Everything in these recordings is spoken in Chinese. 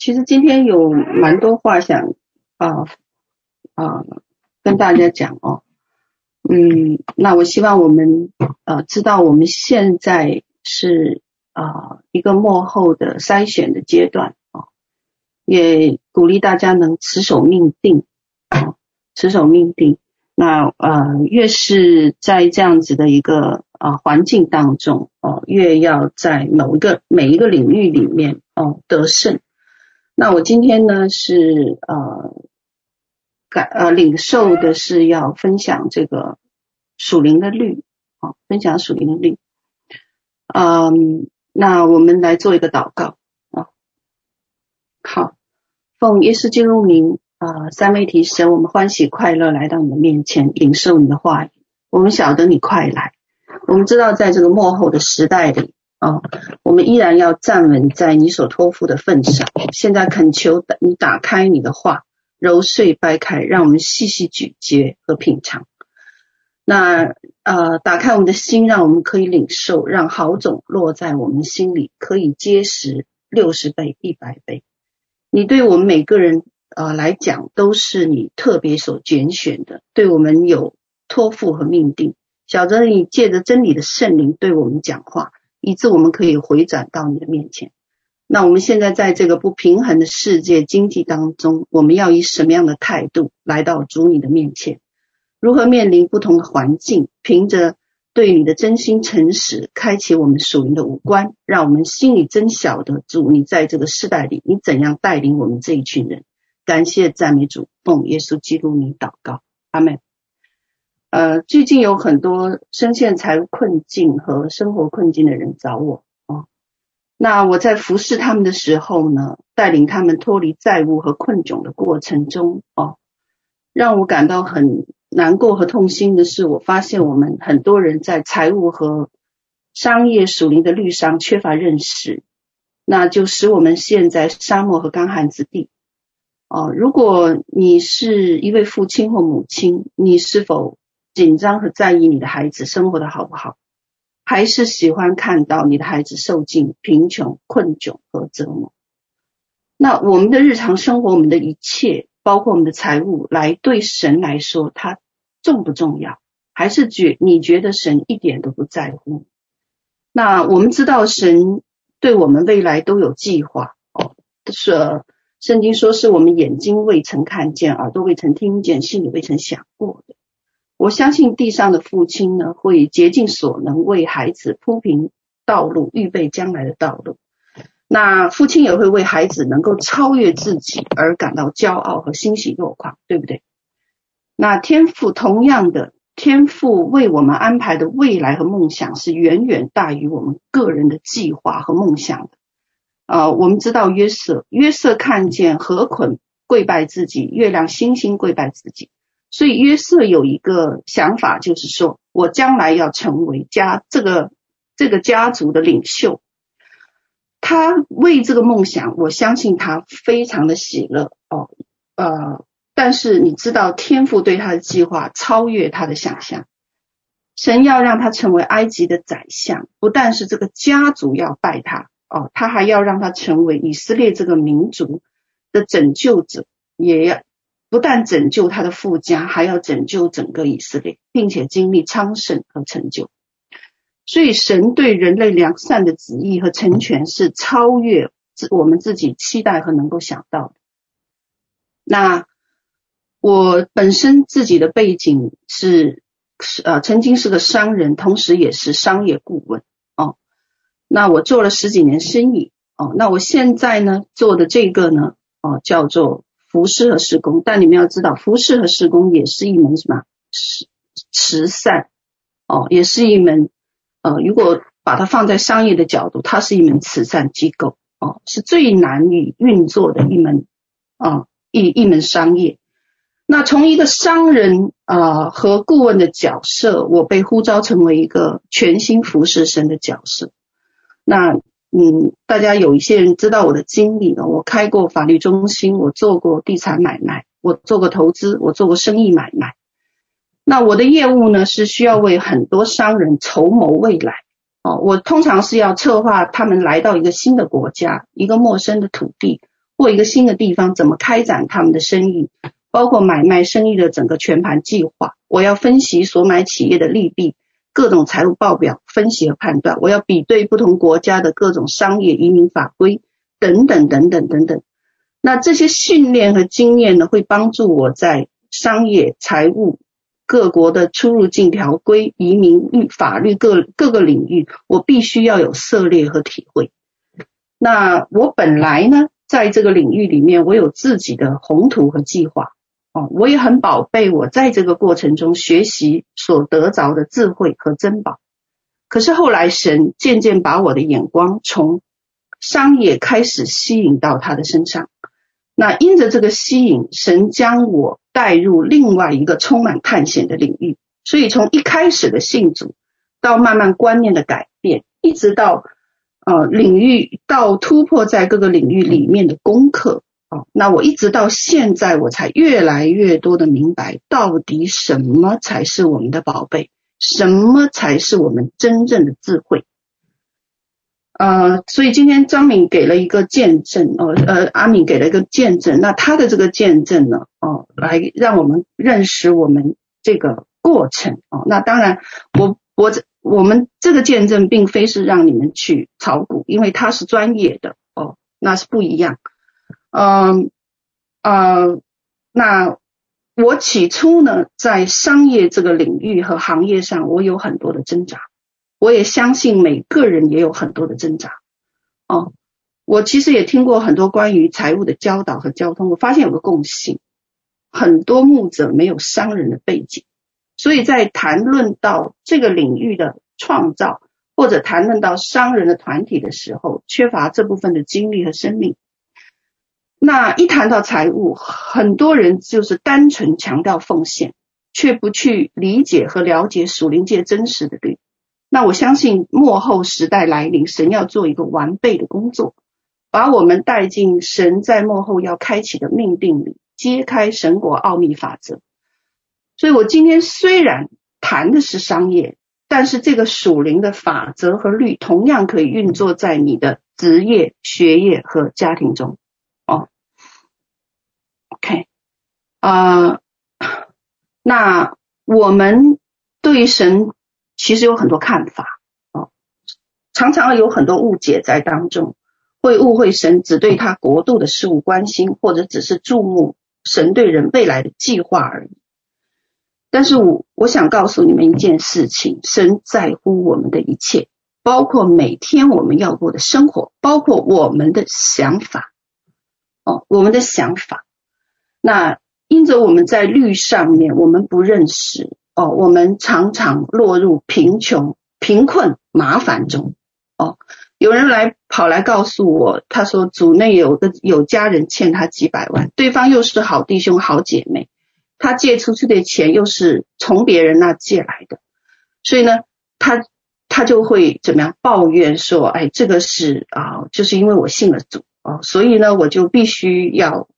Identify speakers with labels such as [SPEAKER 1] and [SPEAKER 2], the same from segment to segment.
[SPEAKER 1] 其实今天有蛮多话想跟大家讲哦。那我希望我们知道我们现在是一个末后的筛选的阶段也鼓励大家能持守命定持守命定。那越是在这样子的一个环境当中越要在每一个领域里面得胜。那我今天呢是领受的是要分享这个属灵的律分享属灵的律。那我们来做一个祷告好，奉耶稣基督名三位一体神，我们欢喜快乐来到你的面前，领受你的话语。我们晓得你快来，我们知道在这个末后的时代里我们依然要站稳在你所托付的份上。现在恳求你打开你的话，揉碎掰开，让我们细细咀嚼和品尝。那打开我们的心，让我们可以领受，让好种落在我们心里，可以结实60倍100倍。你对我们每个人来讲都是你特别所拣选的，对我们有托付和命定。晓得你借着真理的圣灵对我们讲话，以致我们可以回转到你的面前。那我们现在在这个不平衡的世界经济当中，我们要以什么样的态度来到主你的面前？如何面临不同的环境，凭着对你的真心诚实，开启我们属灵的五官，让我们心里真晓得主你在这个世代里，你怎样带领我们这一群人。感谢赞美主，奉耶稣基督名祷告，阿们。最近有很多深陷财务困境和生活困境的人找我那我在服侍他们的时候呢，带领他们脱离债务和困窘的过程中让我感到很难过和痛心的是，我发现我们很多人在财务和商业属灵的律上缺乏认识，那就使我们陷在沙漠和干旱之地如果你是一位父亲或母亲，你是否紧张和在意你的孩子生活的好不好？还是喜欢看到你的孩子受尽贫穷、困窘和折磨？那我们的日常生活，我们的一切，包括我们的财务，对神来说，它重不重要？还是你觉得神一点都不在乎？那我们知道神对我们未来都有计划圣经说是我们眼睛未曾看见，耳朵未曾听见，心里未曾想过的。我相信地上的父亲呢，会竭尽所能为孩子铺平道路，预备将来的道路。那父亲也会为孩子能够超越自己而感到骄傲和欣喜若狂，对不对？那同样的天父为我们安排的未来和梦想是远远大于我们个人的计划和梦想的。我们知道约瑟看见河捆跪拜自己，月亮星星跪拜自己，所以约瑟有一个想法，就是说我将来要成为这个家族的领袖。他为这个梦想，我相信他非常的喜乐但是你知道天父对他的计划超越他的想象。神要让他成为埃及的宰相，不但是这个家族要拜他他还要让他成为以色列这个民族的拯救者，也要不但拯救他的父家，还要拯救整个以色列，并且经历昌盛和成就。所以神对人类良善的旨意和成全是超越我们自己期待和能够想到的。那我本身自己的背景是曾经是个商人，同时也是商业顾问那我做了10几年生意那我现在呢做的这个呢叫做服事和事工。但你们要知道，服事和事工也是一门什么慈善也是一门如果把它放在商业的角度，它是一门慈善机构是最难以运作的一门商业。那从一个商人和顾问的角色，我被呼召成为一个全心服侍神的角色。那大家有一些人知道我的经历我开过法律中心，我做过地产买卖，我做过投资，我做过生意买卖。那我的业务呢，是需要为很多商人筹谋未来我通常是要策划他们来到一个新的国家，一个陌生的土地， 或一个新的地方怎么开展他们的生意，包括买卖生意的整个全盘计划。我要分析所买企业的利弊，各种财务报表分析和判断，我要比对不同国家的各种商业移民法规等等等等等等。那这些训练和经验呢，会帮助我在商业、财务、各国的出入境条规、移民法律各个领域，我必须要有涉猎和体会。那我本来呢，在这个领域里面，我有自己的宏图和计划。我也很宝贝我在这个过程中学习所得着的智慧和珍宝。可是后来神渐渐把我的眼光从商业开始吸引到他的身上。那因着这个吸引，神将我带入另外一个充满探险的领域。所以从一开始的信主，到慢慢观念的改变，一直到领域，到突破在各个领域里面的功课。那我一直到现在，我才越来越多的明白，到底什么才是我们的宝贝，什么才是我们真正的智慧。所以今天张敏给了一个见证，阿敏给了一个见证，那他的这个见证呢，来让我们认识我们这个过程。那当然，我们这个见证并非是让你们去炒股，因为他是专业的，那是不一样。那我起初呢，在商业这个领域和行业上，我有很多的挣扎。我也相信每个人也有很多的挣扎。我其实也听过很多关于财务的教导和交通，我发现有个共性，很多牧者没有商人的背景，所以在谈论到这个领域的创造，或者谈论到商人的团体的时候，缺乏这部分的经历和生命。那一谈到财务，很多人就是单纯强调奉献，却不去理解和了解属灵界真实的律。那我相信末后时代来临，神要做一个完备的工作，把我们带进神在末后要开启的命定里，揭开神国奥秘法则。所以我今天虽然谈的是商业，但是这个属灵的法则和律同样可以运作在你的职业、学业和家庭中。OK， 那我们对神其实有很多看法，常常有很多误解在当中，会误会神只对他国度的事物关心，或者只是注目神对人未来的计划而已。但是我想告诉你们一件事情，神在乎我们的一切，包括每天我们要过的生活，包括我们的想法。我们的想法。那因着我们在律上面我们不认识，我们常常落入贫困麻烦中。有人跑来告诉我，他说组内有家人欠他几百万，对方又是好弟兄好姐妹，他借出去的钱又是从别人那借来的，所以呢他就会怎么样抱怨说，这个是就是因为我信了主，所以呢我就必须要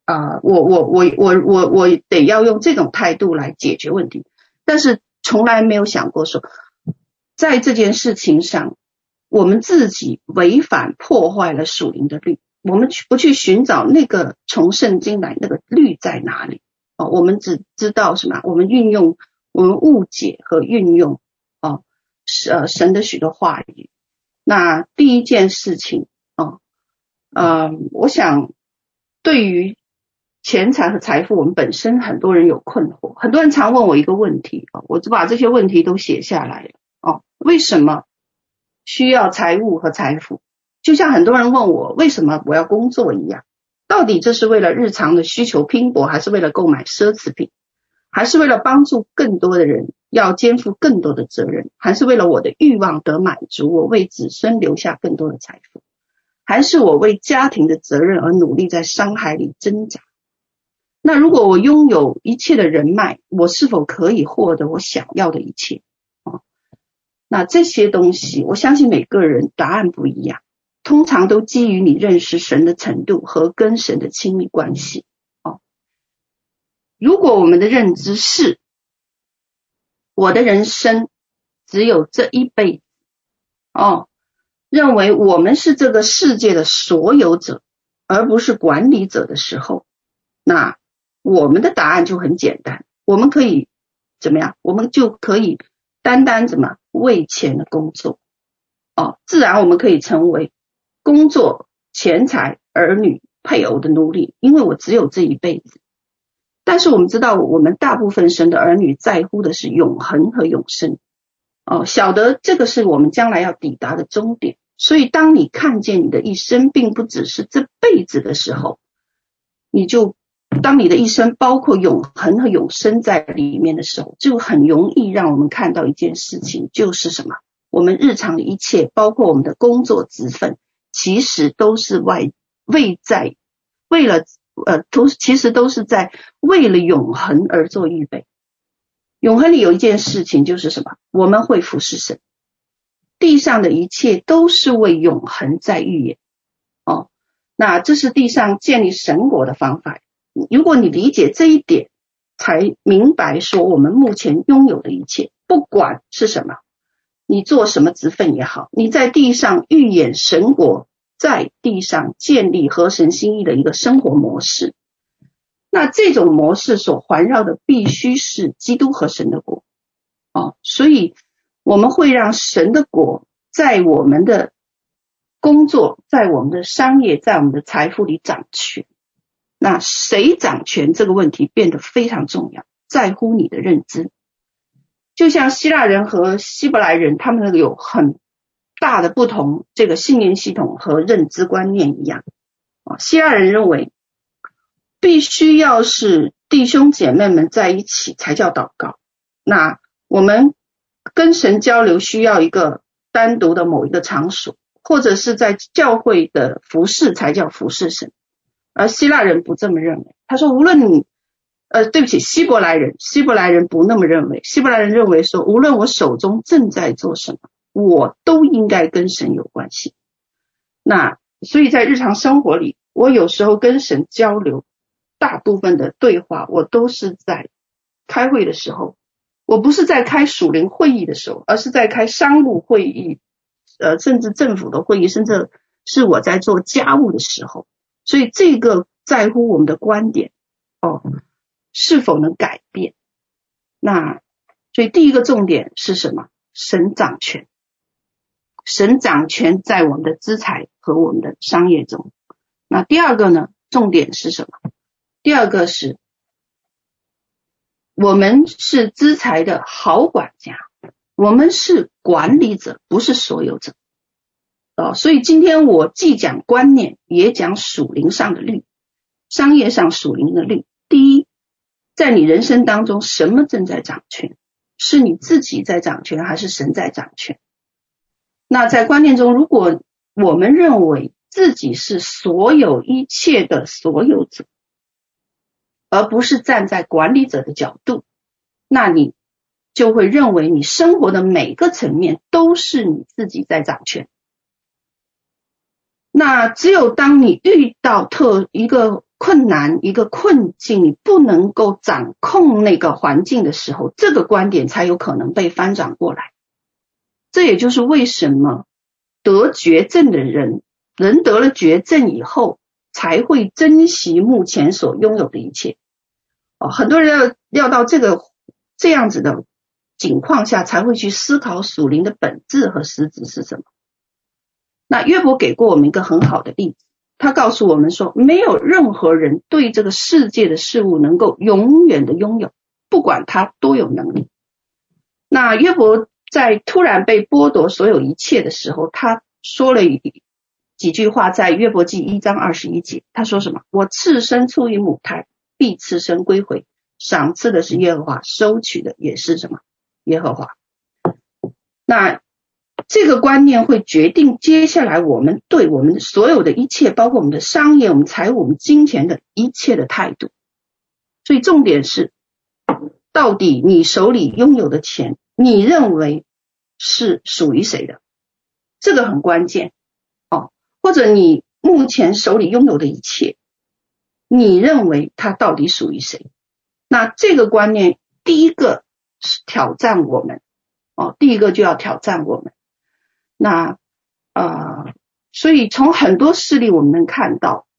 [SPEAKER 1] 我得要用这种态度来解决问题。但是从来没有想过说，在这件事情上我们自己违反破坏了属灵的律，我们不去寻找那个从圣经来那个律在哪里。我们只知道什么，我们误解和运用神的许多话语。那第一件事情我想对于钱财和财富，我们本身很多人有困惑，很多人常问我一个问题，我就把这些问题都写下来了。为什么需要财物和财富？就像很多人问我为什么我要工作一样，到底这是为了日常的需求拼搏，还是为了购买奢侈品，还是为了帮助更多的人，要肩负更多的责任，还是为了我的欲望得满足，我为子孙留下更多的财富，还是我为家庭的责任而努力在商海里挣扎？那如果我拥有一切的人脉，我是否可以获得我想要的一切？那这些东西我相信每个人答案不一样，通常都基于你认识神的程度和跟神的亲密关系。如果我们的认知是我的人生只有这一辈子，认为我们是这个世界的所有者， 而不是管理者的时候，那我们的答案就很简单，我们可以怎么样？我们就可以单单怎么为钱的工作自然我们可以成为工作、钱财、儿女、配偶的奴隶，因为我只有这一辈子。但是我们知道，我们大部分神的儿女在乎的是永恒和永生晓得这个是我们将来要抵达的终点。所以当你看见你的一生并不只是这辈子的时候，当你的一生包括永恒和永生在里面的时候，就很容易让我们看到一件事情，就是什么？我们日常的一切，包括我们的工作职分，其实都是其实都是在为了永恒而做预备。永恒里有一件事情就是什么？我们会服侍神。地上的一切都是为永恒在预演那这是地上建立神国的方法。如果你理解这一点，才明白说我们目前拥有的一切，不管是什么，你做什么职分也好，你在地上预演神国，在地上建立合神心意的一个生活模式。那这种模式所环绕的必须是基督和神的国所以我们会让神的国在我们的工作，在我们的商业，在我们的财富里掌权。那谁掌权这个问题变得非常重要，在乎你的认知。就像希腊人和希伯来人，他们有很大的不同，这个信念系统和认知观念一样希腊人认为必须要是弟兄姐妹们在一起才叫祷告，那我们跟神交流需要一个单独的某一个场所，或者是在教会的服事才叫服事神。而希腊人不这么认为，他说无论你对不起，希伯来人不那么认为。希伯来人认为说，无论我手中正在做什么，我都应该跟神有关系。那所以在日常生活里，我有时候跟神交流，大部分的对话我都是在开会的时候，我不是在开属灵会议的时候，而是在开商务会议甚至政府的会议，甚至是我在做家务的时候。所以这个在乎我们的观点是否能改变。那所以第一个重点是什么？神掌权。神掌权在我们的资财和我们的商业中。那第二个呢，重点是什么？第二个是我们是资财的好管家，我们是管理者，不是所有者所以今天我既讲观念，也讲属灵上的律，商业上属灵的律。第一，在你人生当中，什么正在掌权？是你自己在掌权，还是神在掌权？那在观念中，如果我们认为自己是所有一切的所有者，而不是站在管理者的角度，那你就会认为你生活的每个层面都是你自己在掌权。那只有当你遇到一个困难，一个困境，你不能够掌控那个环境的时候，这个观点才有可能被翻转过来。这也就是为什么得绝症的人得了绝症以后才会珍惜目前所拥有的一切很多人要到这样子的情况下才会去思考属灵的本质和实质是什么。那约伯给过我们一个很好的例子，他告诉我们说，没有任何人对这个世界的事物能够永远的拥有，不管他多有能力。那约伯在突然被剥夺所有一切的时候，他说了几句话，在约伯记1章21节，他说什么？我赤身出于母胎，必赤身归回，赏赐的是耶和华，收取的也是什么？耶和华。那这个观念会决定接下来我们对我们所有的一切，包括我们的商业、我们财务、我们金钱的一切的态度。所以重点是，到底你手里拥有的钱，你认为是属于谁的？这个很关键或者你目前手里拥有的一切，你认为它到底属于谁？那这个观念第一个是挑战我们第一个就要挑战我们。那所以从很多事例我们能看到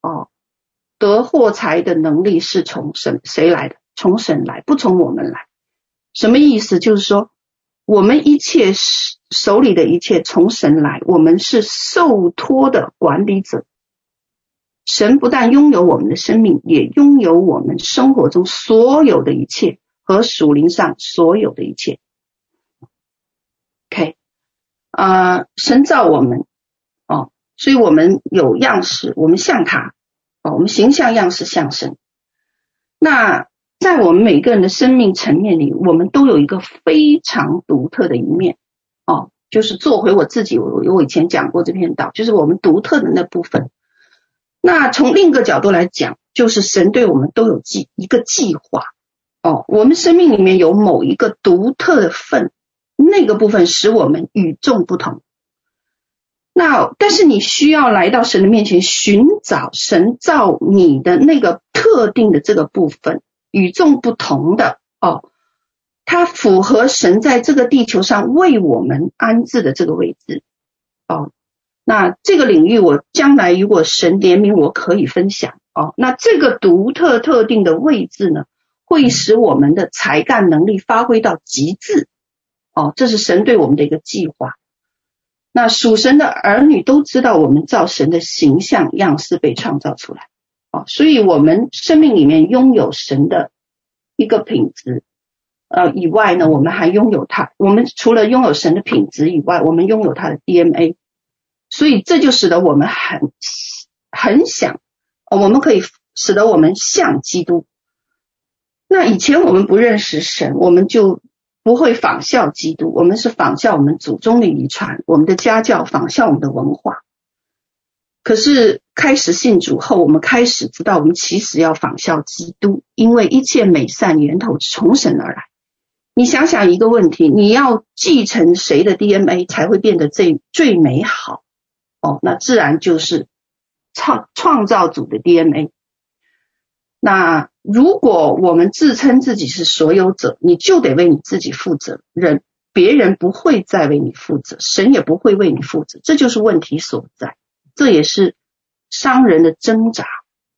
[SPEAKER 1] 得获财的能力是从谁来的？从神来，不从我们来。什么意思？就是说我们一切手里的一切从神来，我们是受托的管理者。神不但拥有我们的生命，也拥有我们生活中所有的一切和属灵上所有的一切。OK， 神造我们所以我们有样式，我们像他我们形象样式像神。那在我们每个人的生命层面里，我们都有一个非常独特的一面就是做回我自己，我以前讲过这篇道，就是我们独特的那部分。那从另一个角度来讲，就是神对我们都有一个计划我们生命里面有某一个独特的份，那个部分使我们与众不同。那但是你需要来到神的面前，寻找神造你的那个特定的这个部分，与众不同的它符合神在这个地球上为我们安置的这个位置那这个领域我将来如果神怜悯我可以分享那这个独特特定的位置呢，会使我们的才干能力发挥到极致这是神对我们的一个计划。那属神的儿女都知道我们照神的形象样式被创造出来所以我们生命里面拥有神的一个品质以外呢，我们还拥有我们除了拥有神的品质以外，我们拥有他的 DNA。所以这就使得我们很想我们可以使得我们像基督。那以前我们不认识神，我们就不会仿效基督，我们是仿效我们祖宗的遗传，我们的家教，仿效我们的文化。可是开始信主后，我们开始知道我们其实要仿效基督，因为一切美善源头从神而来。你想想一个问题，你要继承谁的 DNA 才会变得最美好那自然就是创造主的 DNA。 那如果我们自称自己是所有者，你就得为你自己负责，别人不会再为你负责，神也不会为你负责，这就是问题所在。这也是商人的挣扎，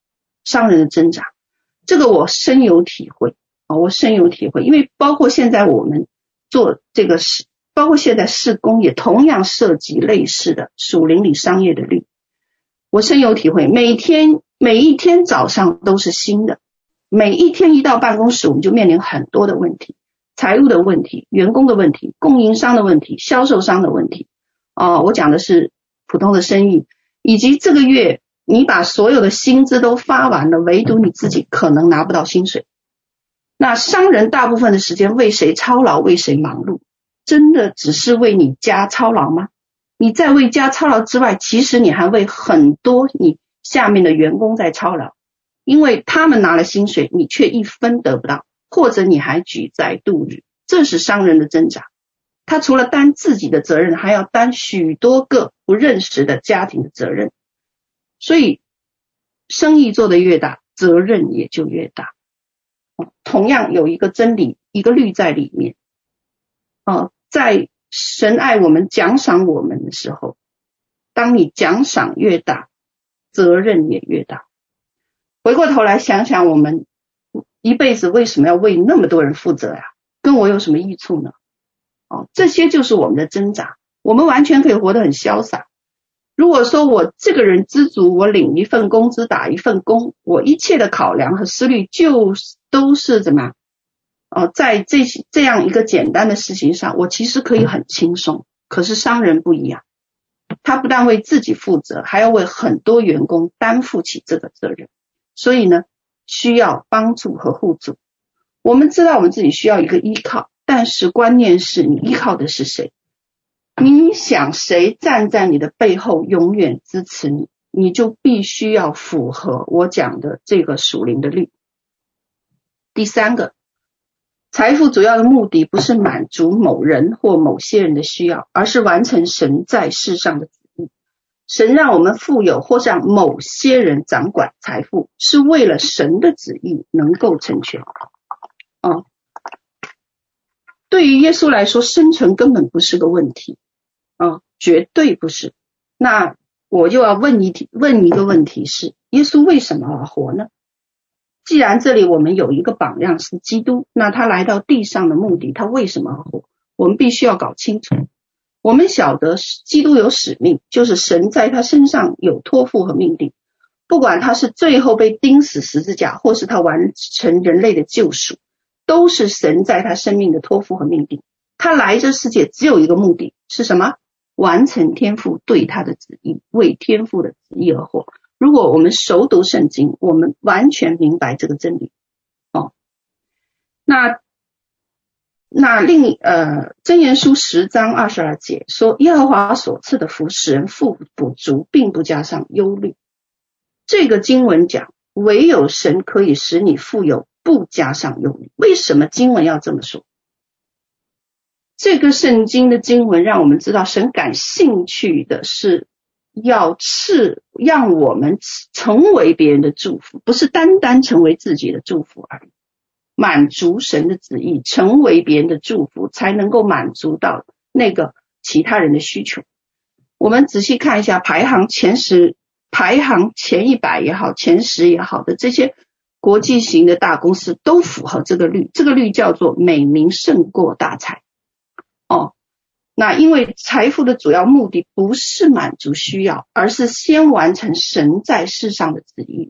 [SPEAKER 1] 这个我深有体会因为包括现在我们做这个事，包括现在事工也同样涉及类似的属灵里商业的律，我深有体会。每一天早上都是新的，每一天一到办公室我们就面临很多的问题，财务的问题，员工的问题，供应商的问题，销售商的问题我讲的是普通的生意，以及这个月你把所有的薪资都发完了，唯独你自己可能拿不到薪水。那商人大部分的时间为谁操劳，为谁忙碌？真的只是为你家操劳吗？你在为家操劳之外，其实你还为很多你下面的员工在操劳，因为他们拿了薪水，你却一分得不到，或者你还举债度日。这是商人的挣扎，他除了担自己的责任，还要担许多个不认识的家庭的责任。所以生意做得越大，责任也就越大同样有一个真理，一个律在里面在神爱我们奖赏我们的时候，当你奖赏越大，责任也越大。回过头来想想，我们一辈子为什么要为那么多人负责跟我有什么益处呢这些就是我们的挣扎。我们完全可以活得很潇洒。如果说我这个人知足，我领一份工资打一份工，我一切的考量和思虑就都是怎么样在这样一个简单的事情上，我其实可以很轻松。可是商人不一样，他不但为自己负责，还要为很多员工担负起这个责任。所以呢，需要帮助和互助。我们知道我们自己需要一个依靠，但是关键是你依靠的是谁？你想谁站在你的背后永远支持你，你就必须要符合我讲的这个属灵的律。第三个，财富主要的目的不是满足某人或某些人的需要，而是完成神在世上的旨意。神让我们富有或让某些人掌管财富，是为了神的旨意能够成全对于耶稣来说，生存根本不是个问题绝对不是。那我就要问一个问题是， 耶稣为什么而活呢？既然这里我们有一个榜样是基督，那他来到地上的目的，他为什么而活？我们必须要搞清楚。我们晓得基督有使命，就是神在他身上有托付和命定，不管他是最后被钉死十字架，或是他完成人类的救赎，都是神在他生命的托付和命定。他来这世界只有一个目的，是什么？完成天父对他的旨意，为天父的旨意而活。如果我们熟读圣经，我们完全明白这个真理。那箴言书10章22节说，耶和华所赐的福使人富补足，并不加上忧虑。这个经文讲，唯有神可以使你富有，不加上忧虑。为什么经文要这么说？这个圣经的经文让我们知道，神感兴趣的是让我们成为别人的祝福，不是单单成为自己的祝福而已。满足神的旨意，成为别人的祝福，才能够满足到那个其他人的需求。我们仔细看一下排行前100也好，前10也好的这些国际型的大公司都符合这个律，这个律叫做美名胜过大财。那因为财富的主要目的不是满足需要，而是先完成神在世上的旨意。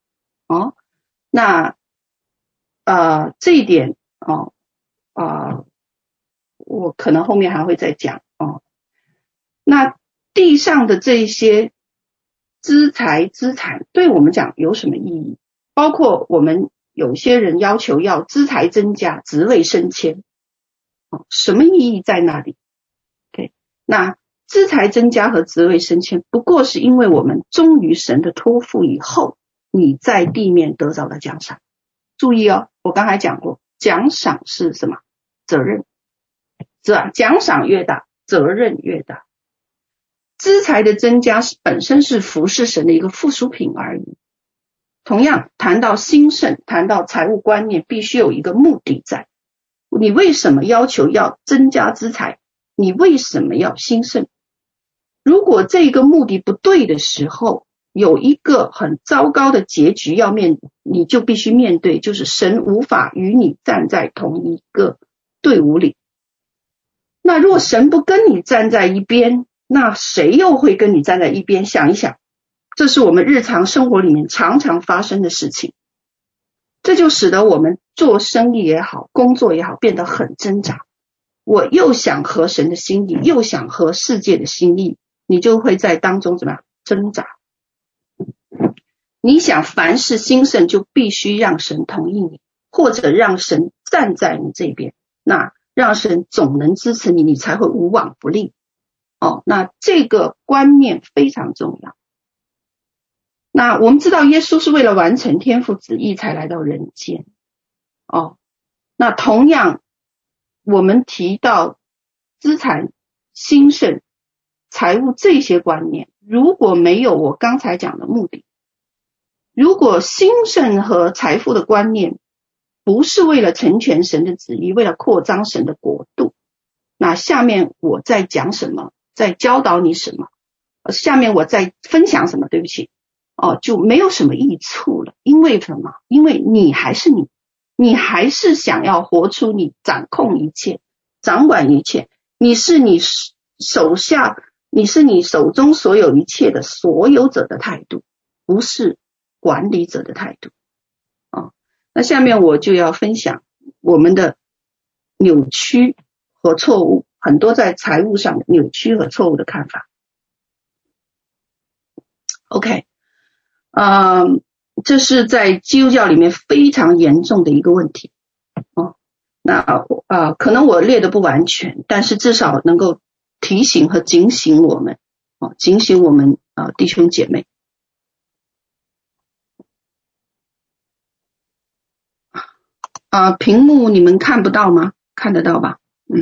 [SPEAKER 1] 那这一点我可能后面还会再讲那地上的这些资产对我们讲有什么意义？包括我们有些人要求要资财增加，职位升迁，什么意义在那里？那资财增加和职位升迁，不过是因为我们忠于神的托付以后，你在地面得到了奖赏。注意我刚才讲过，奖赏是什么？责任。奖赏越大，责任越大。资财的增加本身是服侍神的一个附属品而已。同样，谈到兴盛，谈到财务观念，必须有一个目的在。你为什么要求要增加资财？你为什么要兴盛？如果这个目的不对的时候，有一个很糟糕的结局你就必须面对，就是神无法与你站在同一个队伍里。那如果神不跟你站在一边，那谁又会跟你站在一边？想一想，这是我们日常生活里面常常发生的事情。这就使得我们做生意也好，工作也好，变得很挣扎。我又想合神的心意，又想合世界的心意，你就会在当中怎么样挣扎。你想凡事兴盛，就必须让神同意你，或者让神站在你这边，那让神总能支持你，你才会无往不利。那这个观念非常重要。那我们知道耶稣是为了完成天父旨意才来到人间。那同样我们提到资产兴盛、财务这些观念，如果没有我刚才讲的目的，如果兴盛和财富的观念不是为了成全神的旨意，为了扩张神的国度，那下面我在讲什么，在教导你什么，下面我在分享什么，对不起就没有什么益处了。因为什么？因为你还是你还是想要活出你掌控一切、掌管一切，你是你手中所有一切的所有者的态度，不是管理者的态度。那下面我就要分享我们的扭曲和错误，很多在财务上的扭曲和错误的看法。OK，这是在基督教里面非常严重的一个问题。那可能我列的不完全，但是至少能够提醒和警醒我们，弟兄姐妹。屏幕你们看不到吗？看得到吧？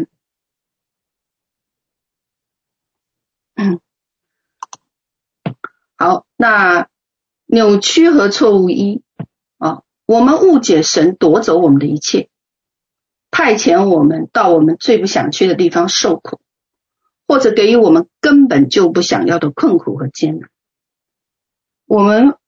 [SPEAKER 1] 好，那扭曲和错误一我们误解神夺走我们的一切，派遣我们到我们最不想去的地方受苦，或者给予我们根本就不想要的困苦和艰难。我们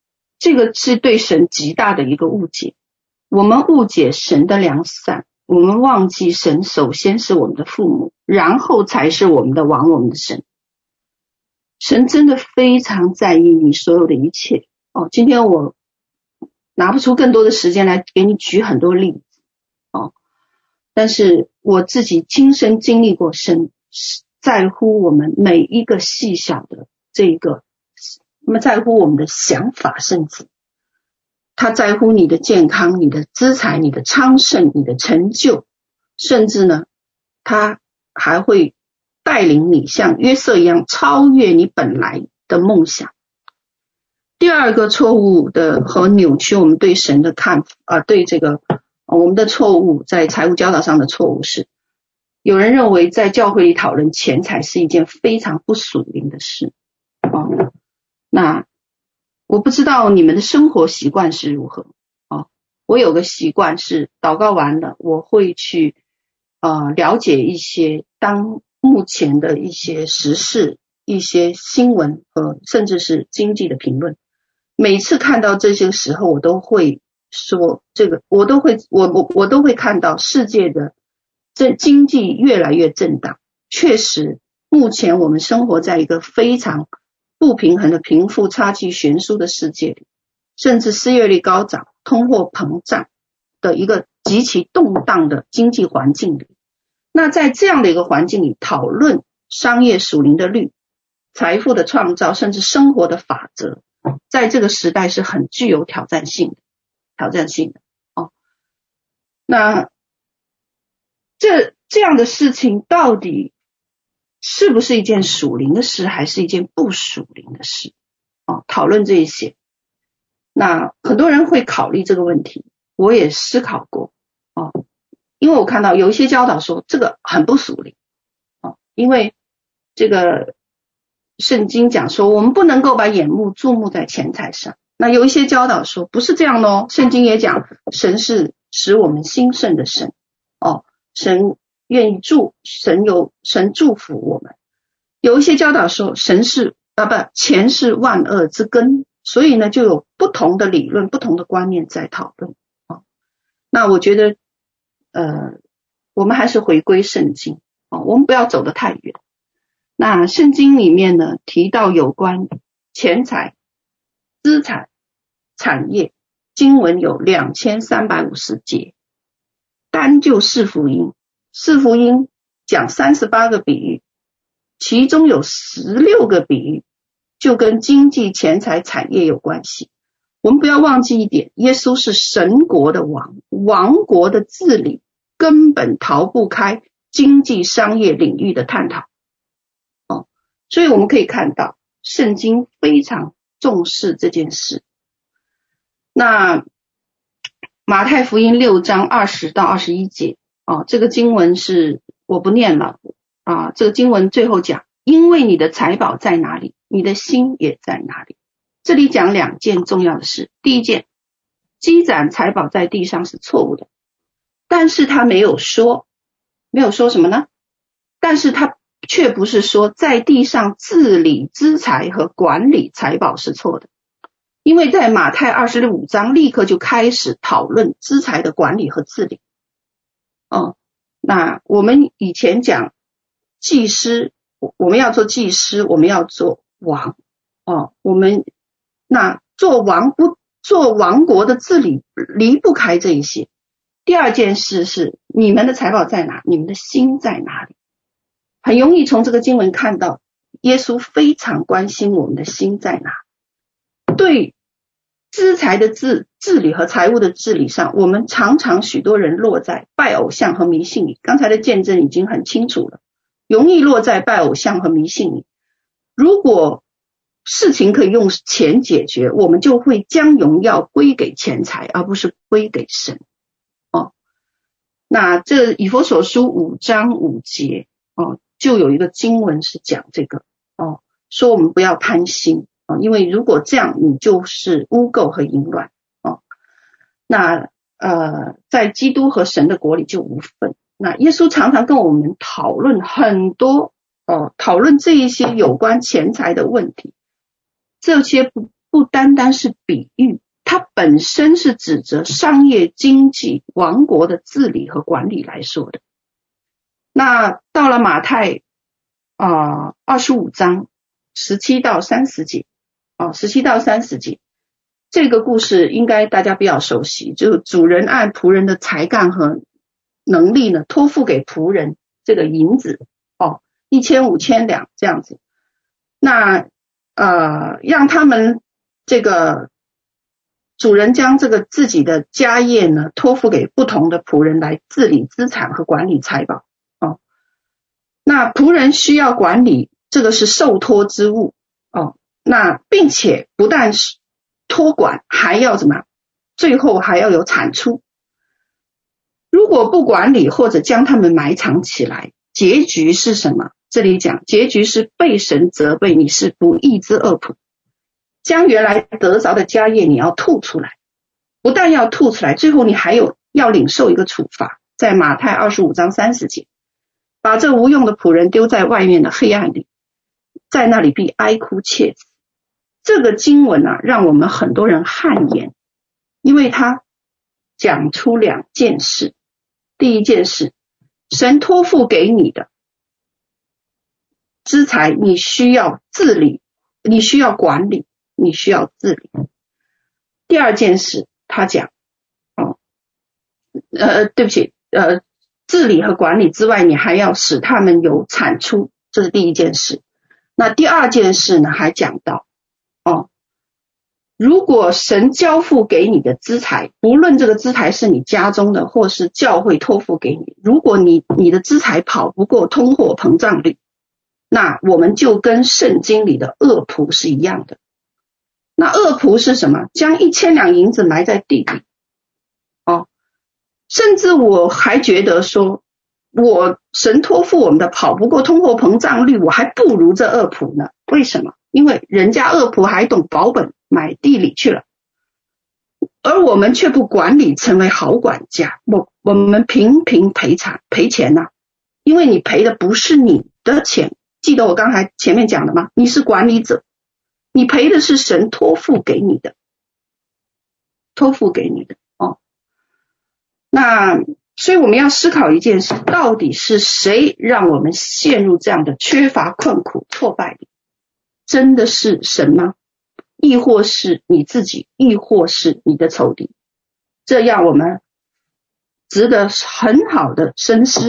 [SPEAKER 1] 这个是对神极大的一个误解。我们误解神的良善，我们忘记神首先是我们的父母，然后才是我们的王，我们的神。神真的非常在意你所有的一切。今天我拿不出更多的时间来给你举很多例子。但是我自己亲身经历过，神在乎我们每一个细小的这个，那么在乎我们的想法，甚至他在乎你的健康、你的资财、你的昌盛、你的成就，甚至呢，他还会带领你像约瑟一样超越你本来的梦想。第二个错误的和扭曲我们对神的看法，对这个我们的错误，在财务教导上的错误是，有人认为在教会里讨论钱财是一件非常不属灵的事。那我不知道你们的生活习惯是如何。我有个习惯是祷告完了，我会去了解一些目前的一些时事、一些新闻和甚至是经济的评论。每次看到这些时候，我都会说我都会看到世界的经济越来越震荡。确实，目前我们生活在一个非常不平衡的贫富差距悬殊的世界里，甚至失业率高涨、通货膨胀的一个极其动荡的经济环境里。那在这样的一个环境里，讨论商业属灵的律、财富的创造，甚至生活的法则，在这个时代是很具有挑战性的。那这样的事情到底是不是一件属灵的事，还是一件不属灵的事？讨论这一些，那很多人会考虑这个问题，我也思考过。因为我看到有一些教导说这个很不属灵。因为这个圣经讲说我们不能够把眼目注目在钱财上。那有一些教导说不是这样的圣经也讲神是使我们兴盛的神。神愿意神祝福我们。有一些教导说钱是万恶之根，所以呢就有不同的理论、不同的观念在讨论。那我觉得我们还是回归圣经。我们不要走得太远。那圣经里面呢提到有关钱财、资产、产业，经文有2350节。单就四福音讲38个比喻，其中有16个比喻就跟经济、钱财、产业有关系。我们不要忘记一点，耶稣是神国的王，王国的治理根本逃不开经济商业领域的探讨。所以我们可以看到圣经非常重视这件事。那马太福音6章20到21节，这个经文是我不念了。这个经文最后讲，因为你的财宝在哪里，你的心也在哪里。这里讲两件重要的事。第一件，积攒财宝在地上是错误的，但是他没有说什么呢？但是他却不是说在地上治理资财和管理财宝是错的。因为在马太25章立刻就开始讨论资财的管理和治理。那我们以前讲祭司，我们要做祭司，我们要做王。那做王国的治理离不开这一些。第二件事是你们的财宝在哪，你们的心在哪里。很容易从这个经文看到耶稣非常关心我们的心在哪。对资财的治理和财务的治理上，我们常常许多人落在拜偶像和迷信里。刚才的见证已经很清楚了，容易落在拜偶像和迷信里。如果事情可以用钱解决，我们就会将荣耀归给钱财，而不是归给神。那这以弗所书5章5节就有一个经文是讲这个说我们不要贪心因为如果这样你就是污垢和淫乱那在基督和神的国里就无分。那耶稣常常跟我们讨论很多讨论这一些有关钱财的问题。这些不单单是比喻，它本身是指着商业经济王国的治理和管理来说的。那到了马太25章17到30节，17到30节，这个故事应该大家比较熟悉，就是主人按仆人的才干和能力呢，托付给仆人这个银子，1500两这样子。那让他们这个主人将这个自己的家业呢托付给不同的仆人来治理资产和管理财宝。那仆人需要管理，这个是受托之物那并且不但是托管，还要怎么最后还要有产出。如果不管理或者将他们埋藏起来，结局是什么？这里讲结局是被神责备你是不义之恶仆，将原来得着的家业你要吐出来，不但要吐出来，最后你还要领受一个处罚。在马太25章30节，把这无用的仆人丢在外面的黑暗里，在那里必哀哭切齿。这个经文让我们很多人汗颜，因为他讲出2件事。第一件事，神托付给你的资财，你需要治理，你需要管理，你需要治理。第二件事，他讲对不起，治理和管理之外，你还要使他们有产出，这是第一件事。那第二件事呢，还讲到如果神交付给你的资财，不论这个资财是你家中的或是教会托付给你，如果你的资财跑不过通货膨胀率，那我们就跟圣经里的恶仆是一样的。那恶仆是什么？将1000两银子埋在地里甚至我还觉得说，神托付我们的跑不过通货膨胀率，我还不如这恶仆呢。为什么？因为人家恶仆还懂保本，买地里去了，而我们却不管理，成为好管家。我们频频赔钱因为你赔的不是你的钱，记得我刚才前面讲的吗？你是管理者，你赔的是神托付给你的那所以我们要思考一件事，到底是谁让我们陷入这样的缺乏、困苦、挫败里？真的是神吗？亦或是你自己，亦或是你的仇敌？这样我们值得很好的深思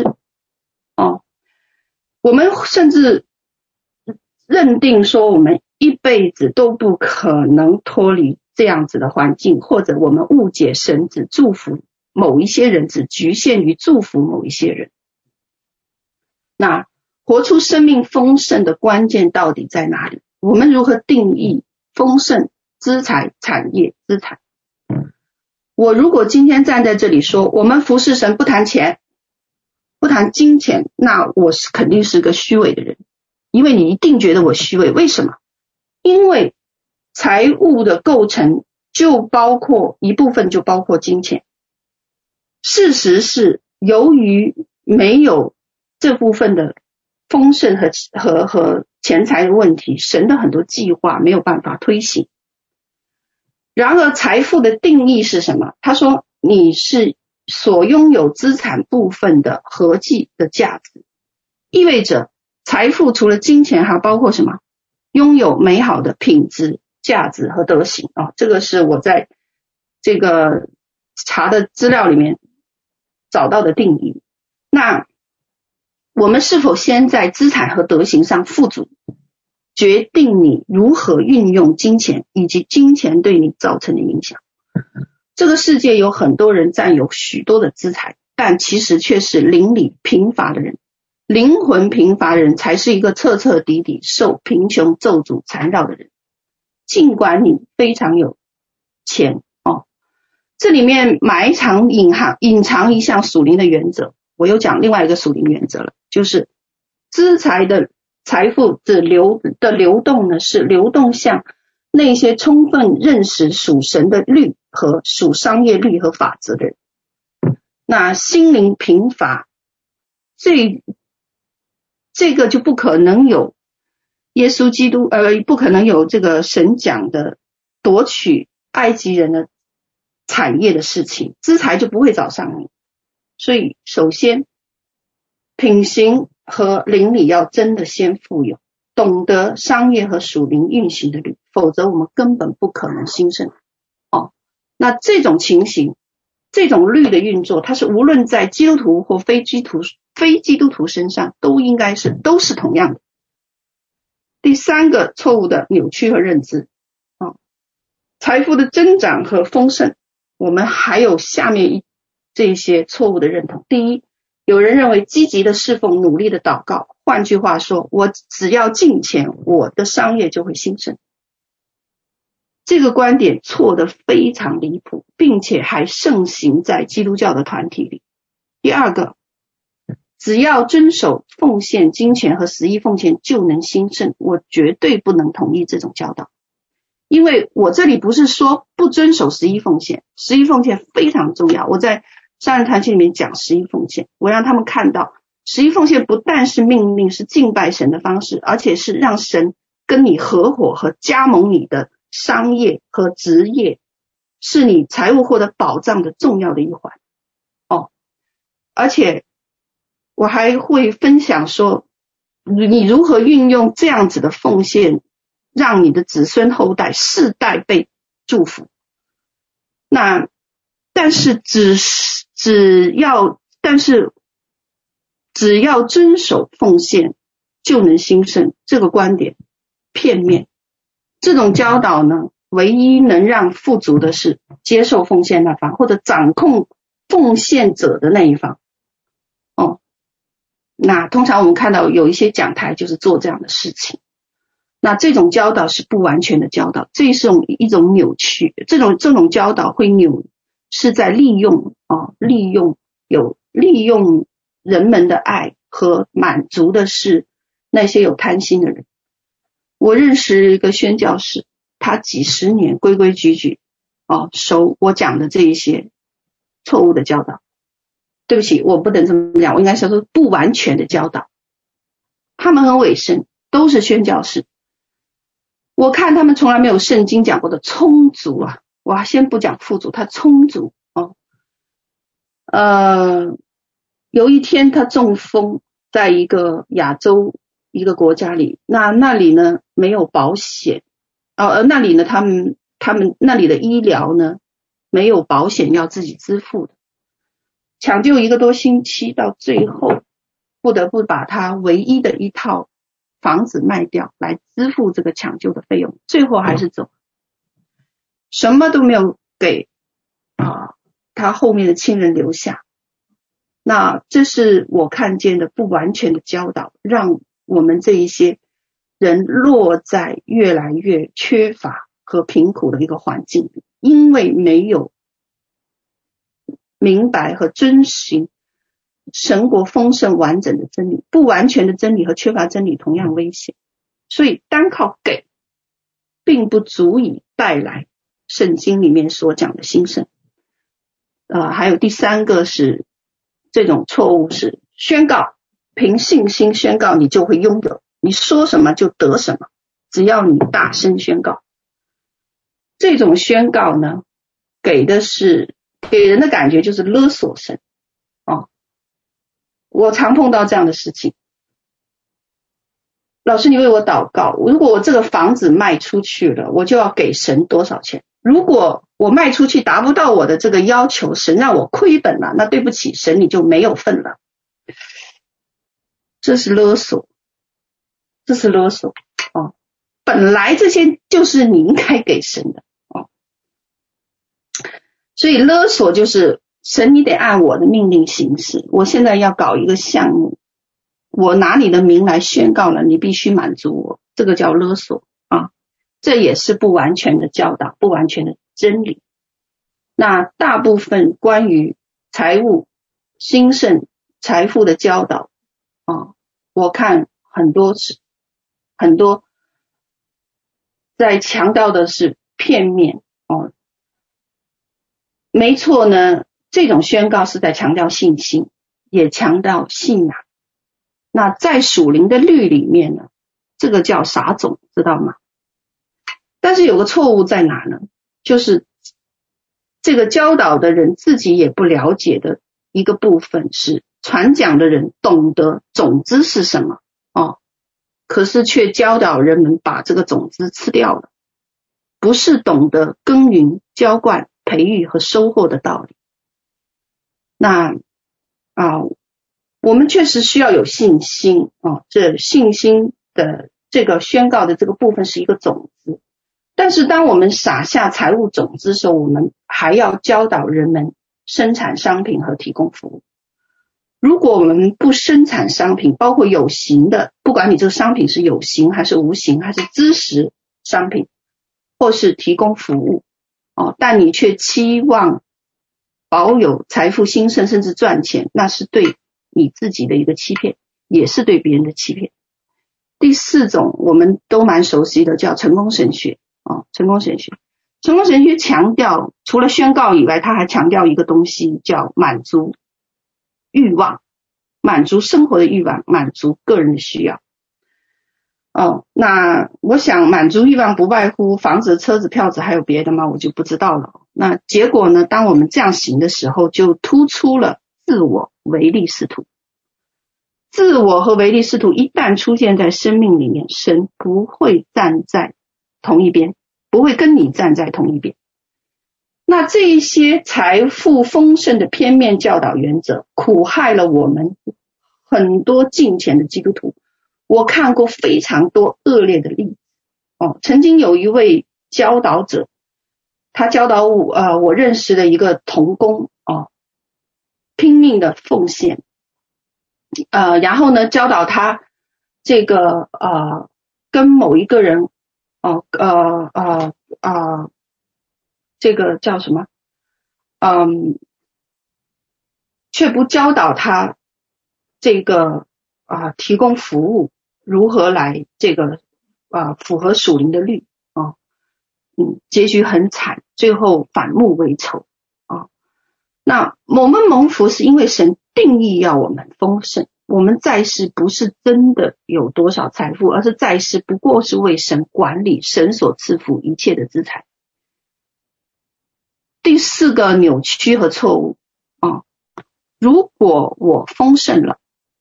[SPEAKER 1] 我们甚至认定说我们一辈子都不可能脱离这样子的环境，或者我们误解神只祝福某一些人，只局限于祝福某一些人。那活出生命丰盛的关键到底在哪里？我们如何定义丰盛、资财、产业、资产？我如果今天站在这里说我们服侍神不谈钱，不谈金钱，那我肯定是个虚伪的人，因为你一定觉得我虚伪。为什么？因为财务的构成就包括一部分，就包括金钱。事实是，由于没有这部分的丰盛和钱财的问题，神的很多计划没有办法推行。然而财富的定义是什么？他说你是所拥有资产部分的合计的价值，意味着财富除了金钱还包括什么？拥有美好的品质、价值和德行这个是我在这个查的资料里面找到的定义。那我们是否先在资产和德行上富足，决定你如何运用金钱以及金钱对你造成的影响。这个世界有很多人占有许多的资财，但其实却是灵里贫乏的人。灵魂贫乏的人才是一个彻彻底底受贫穷咒诅缠绕的人。尽管你非常有钱这里面隐藏一项属灵的原则。我又讲另外一个属灵原则了，就是资财的财富的流动呢，是流动向那些充分认识属神的律和属商业律和法则的人。那心灵贫乏，这个就不可能有耶稣基督不可能有这个神讲的夺取埃及人的产业的事情，资财就不会找上你。所以首先品行和邻里要真的先富有，懂得商业和属灵运行的律，否则我们根本不可能兴盛。那这种情形，这种律的运作，它是无论在基督徒或非基督徒身上都是同样的。第三个错误的扭曲和认知，财富的增长和丰盛，我们还有下面这些错误的认同。第一，有人认为积极的侍奉，努力的祷告，换句话说，我只要进钱，我的商业就会兴盛。这个观点错得非常离谱，并且还盛行在基督教的团体里。第二个，只要遵守奉献金钱和十一奉献就能兴盛，我绝对不能同意这种教导。因为我这里不是说不遵守十一奉献，十一奉献非常重要。我在商人团契里面讲十一奉献，我让他们看到十一奉献不但是命令，是敬拜神的方式，而且是让神跟你合伙和加盟你的商业和职业，是你财务获得保障的重要的一环。而且我还会分享说，你如何运用这样子的奉献，让你的子孙后代世代被祝福。那但是只要遵守奉献就能兴盛，这个观点片面。这种教导呢，唯一能让富足的是接受奉献那方，或者掌控奉献者的那一方。那通常我们看到有一些讲台就是做这样的事情。那这种教导是不完全的教导，这是一种扭曲。这种教导是在利用人们的爱和满足的是那些有贪心的人。我认识一个宣教士，他几十年规规矩矩守我讲的这一些错误的教导。对不起，我不能这么讲，我应该说不完全的教导。他们很委身，都是宣教士。我看他们从来没有圣经讲过的充足啊，我先不讲富足，他充足有一天他中风，在一个亚洲一个国家里，那里呢没有保险，那里呢他们那里的医疗呢没有保险，要自己支付的。抢救1个多星期，到最后不得不把他唯一的一套房子卖掉来支付这个抢救的费用，最后还是走，什么都没有给他后面的亲人留下。那这是我看见的不完全的教导，让我们这一些人落在越来越缺乏和贫苦的一个环境里，因为没有明白和遵循神国丰盛完整的真理，不完全的真理和缺乏真理同样危险。所以单靠给并不足以带来圣经里面所讲的兴盛。还有第三个是这种错误是宣告，凭信心宣告你就会拥有，你说什么就得什么，只要你大声宣告。这种宣告呢，给人的感觉就是勒索神我常碰到这样的事情。老师，你为我祷告，如果我这个房子卖出去了，我就要给神多少钱？如果我卖出去达不到我的这个要求，神让我亏本了，那对不起，神你就没有份了。这是勒索，本来这些就是你应该给神的所以勒索就是神，你得按我的命令行事。我现在要搞一个项目，我拿你的名来宣告了，你必须满足我，这个叫勒索这也是不完全的教导，不完全的真理。那大部分关于财务兴盛财富的教导我看很多在强调的是片面没错呢，这种宣告是在强调信心，也强调信仰。那在属灵的律里面呢，这个叫撒种，知道吗？ 但是有个错误在哪呢？就是这个教导的人自己也不了解的一个部分是，传讲的人懂得种子是什么可是却教导人们把这个种子吃掉了，不是懂得耕耘、浇灌、培育和收获的道理。那我们确实需要有信心这信心的这个宣告的这个部分是一个种子，但是当我们撒下财务种子的时候，我们还要教导人们生产商品和提供服务。如果我们不生产商品，包括有形的，不管你这个商品是有形还是无形，还是知识商品或是提供服务但你却期望保有财富兴盛甚至赚钱，那是对你自己的一个欺骗，也是对别人的欺骗。第四种我们都蛮熟悉的，叫成功神学成功神学强调除了宣告以外，他还强调一个东西叫满足欲望，满足生活的欲望，满足个人的需要那我想满足欲望不外乎房子、车子、票子，还有别的吗？我就不知道了。那结果呢，当我们这样行的时候，就突出了自我唯利是图。自我和唯利是图一旦出现在生命里面，神不会站在同一边，不会跟你站在同一边。那这一些财富丰盛的片面教导原则苦害了我们很多敬虔的基督徒。我看过非常多恶劣的例子曾经有一位教导者，他教导我认识的一个同工拼命的奉献然后呢教导他这个跟某一个人这个叫什么却不教导他这个提供服务如何来这个符合属灵的律结局很惨，最后反目为仇那我们蒙福是因为神定义要我们丰盛，我们在世不是真的有多少财富，而是在世不过是为神管理神所赐福一切的资产。第四个扭曲和错误如果我丰盛了，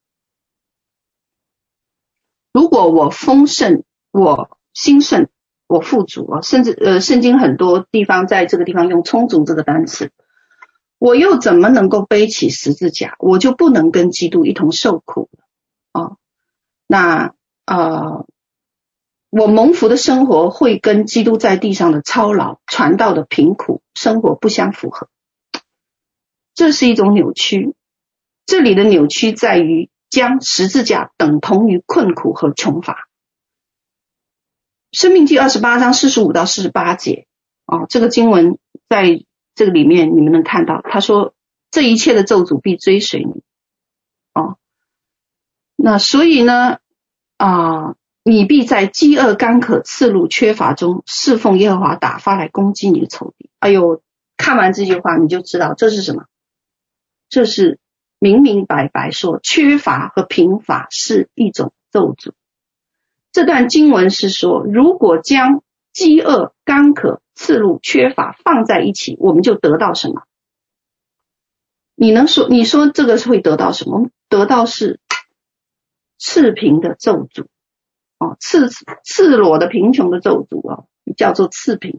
[SPEAKER 1] 如果我丰盛，我兴盛，我富足甚至圣经很多地方在这个地方用充足这个单词，我又怎么能够背起十字架？我就不能跟基督一同受苦了那我蒙福的生活会跟基督在地上的操劳传道的贫苦生活不相符合，这是一种扭曲。这里的扭曲在于将十字架等同于困苦和穷乏。申命记28章45到48节这个经文在这个里面你们能看到，他说这一切的咒诅必追随你那所以呢你必在饥饿、干渴、赤露、缺乏中侍奉耶和华，打发来攻击你的仇敌。哎呦，看完这句话你就知道这是什么，这是明明白白说缺乏和贫乏是一种咒诅。这段经文是说，如果将饥饿、干渴、赤露、缺乏放在一起，我们就得到什么？你说这个是会得到什么？得到是赤贫的咒诅赤裸的贫穷的咒诅叫做赤贫。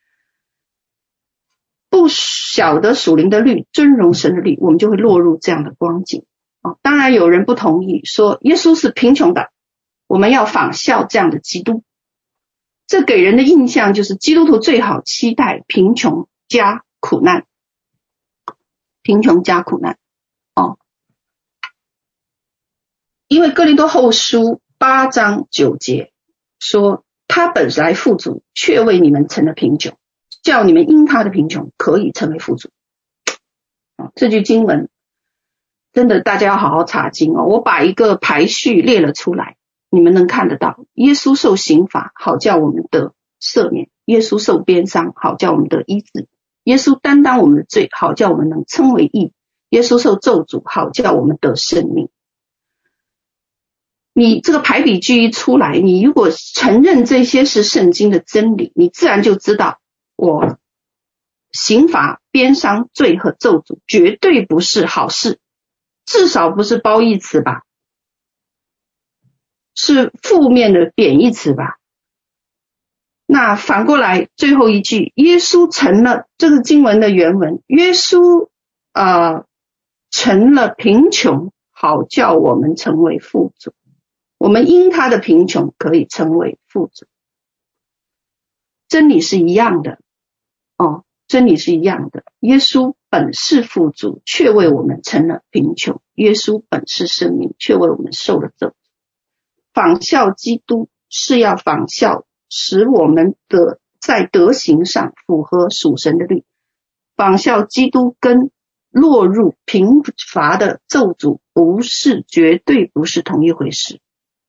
[SPEAKER 1] 不晓得属灵的律，尊荣神的律，我们就会落入这样的光景当然有人不同意，说耶稣是贫穷的，我们要仿效这样的基督。这给人的印象就是基督徒最好期待贫穷加苦难，贫穷加苦难因为哥林多后书8章9节说，他本来富足，却为你们成了贫穷，叫你们因他的贫穷可以成为富足这句经文真的大家要好好查经我把一个排序列了出来，你们能看得到。耶稣受刑罚，好叫我们得赦免；耶稣受鞭伤，好叫我们得医治；耶稣担当我们的罪，好叫我们能称为义；耶稣受咒诅，好叫我们得生命。 你这个排比句一出来，你如果承认这些是圣经的真理，你自然就知道我刑罚、鞭伤、罪和咒诅绝对不是好事，至少不是褒义词吧，是负面的贬义词吧。那反过来最后一句，耶稣成了，这是经文的原文，耶稣成了贫穷，好叫我们成为富足。我们因他的贫穷可以成为富足。真理是一样的真理是一样的。耶稣本是富足，却为我们成了贫穷；耶稣本是生命，却为我们受了咒。仿效基督是要仿效，使我们在德行上符合属神的律。仿效基督跟落入贫乏的咒诅绝对不是同一回事。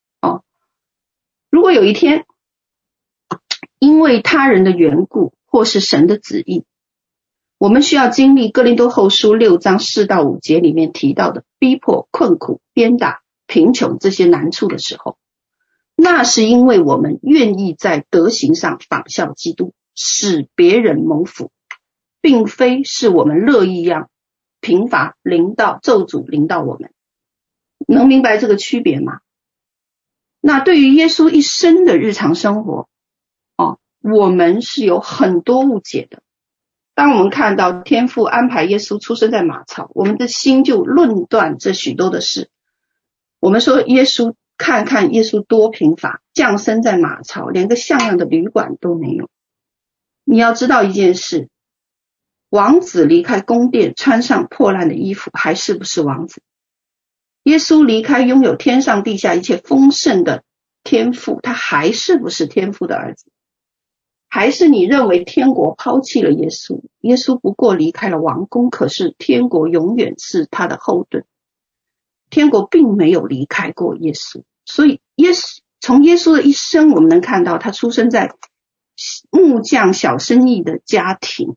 [SPEAKER 1] 如果有一天因为他人的缘故或是神的旨意，我们需要经历哥林多后书6章4到5节里面提到的逼迫、困苦、鞭打、贫穷这些难处的时候，那是因为我们愿意在德行上仿效基督，使别人蒙福，并非是我们乐意让贫乏咒诅临到我们。能明白这个区别吗？那对于耶稣一生的日常生活我们是有很多误解的。当我们看到天父安排耶稣出生在马槽，我们的心就论断这许多的事。我们说看看耶稣多贫乏，降生在马槽，连个像样的旅馆都没有。你要知道一件事，王子离开宫殿，穿上破烂的衣服，还是不是王子？耶稣离开拥有天上地下一切丰盛的天父，他还是不是天父的儿子？还是你认为天国抛弃了耶稣？耶稣不过离开了王宫，可是天国永远是他的后盾。天国并没有离开过耶稣，所以从耶稣的一生，我们能看到他出生在木匠小生意的家庭，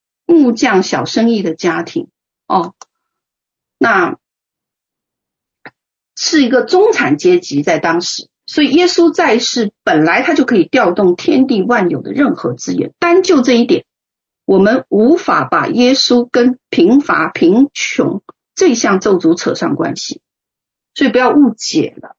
[SPEAKER 1] 那是一个中产阶级在当时。所以耶稣在世本来他就可以调动天地万有的任何资源，单就这一点，我们无法把耶稣跟贫乏贫穷这项咒诅扯上关系。所以不要误解了。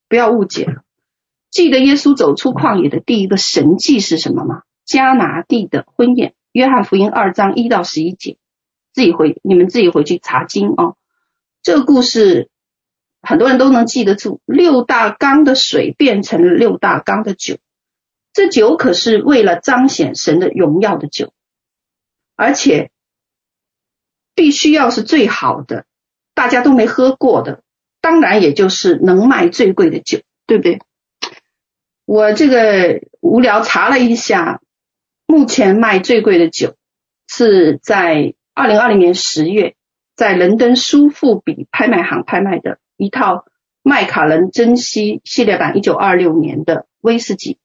[SPEAKER 1] 记得耶稣走出旷野的第一个神迹是什么吗？迦拿地的婚宴，约翰福音2章1到11节，你们自己回去查经这个故事很多人都能记得住，6大缸的水变成了6大缸的酒，这酒可是为了彰显神的荣耀的酒，而且必须要是最好的，大家都没喝过的，当然也就是能卖最贵的酒，对不对？我这个无聊查了一下，目前卖最贵的酒是在2020年10月在伦敦苏富比拍卖行拍卖的一套麦卡伦珍稀系列版1926年的威士忌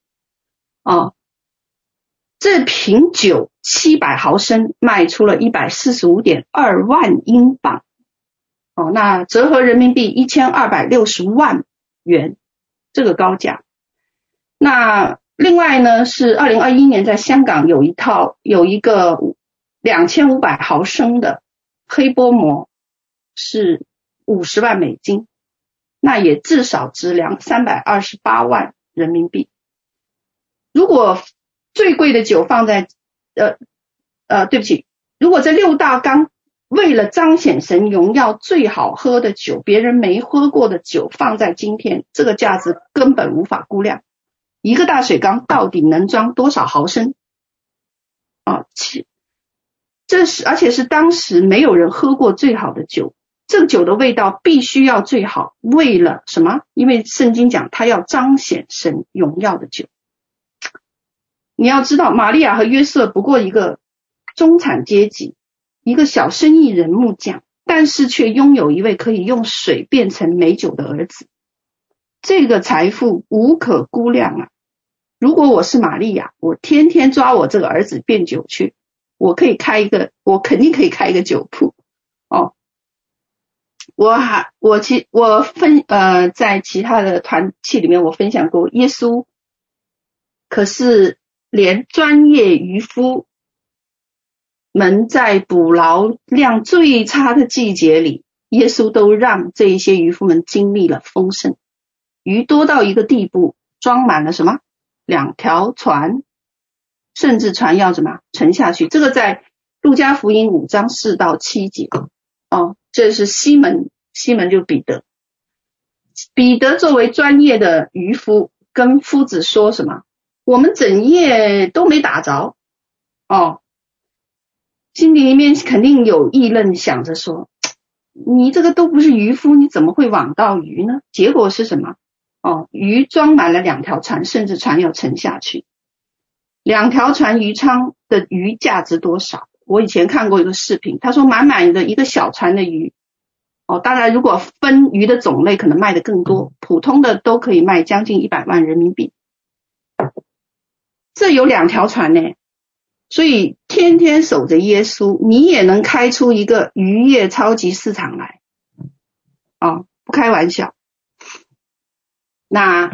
[SPEAKER 1] 这瓶酒700毫升卖出了 145.2 万英镑那折合人民币1260万元，这个高价。那另外呢是2021年在香港有一个2500毫升的黑波膜，是50万美金，那也至少值328万人民币。如果最贵的酒放在如果这6大缸为了彰显神荣耀最好喝的酒，别人没喝过的酒放在今天，这个价值根本无法估量。一个大水缸到底能装多少毫升而且是当时没有人喝过最好的酒，这个酒的味道必须要最好，为了什么？因为圣经讲他要彰显神荣耀的酒。你要知道玛利亚和约瑟不过一个中产阶级，一个小生意人木匠，但是却拥有一位可以用水变成美酒的儿子，这个财富无可估量如果我是玛利亚，我天天抓我这个儿子变酒去，我肯定可以开一个酒铺在其他的团契里面我分享过，耶稣可是连专业渔夫们在捕捞量最差的季节里，耶稣都让这一些渔夫们经历了丰盛，鱼多到一个地步，装满了什么2条船，甚至船要怎么沉下去。这个在路加福音5章4到7节。这是西门就彼得作为专业的渔夫跟夫子说什么，我们整夜都没打着。心里面肯定有议论，想着说你这个都不是渔夫，你怎么会网到鱼呢？结果是什么？鱼装满了2条船，甚至船要沉下去。2条船鱼舱的鱼价值多少？我以前看过一个视频，他说满满的一个小船的鱼，当然如果分鱼的种类可能卖的更多，普通的都可以卖将近100万人民币。这有2条船呢，所以天天守着耶稣，你也能开出一个渔业超级市场来。不开玩笑。那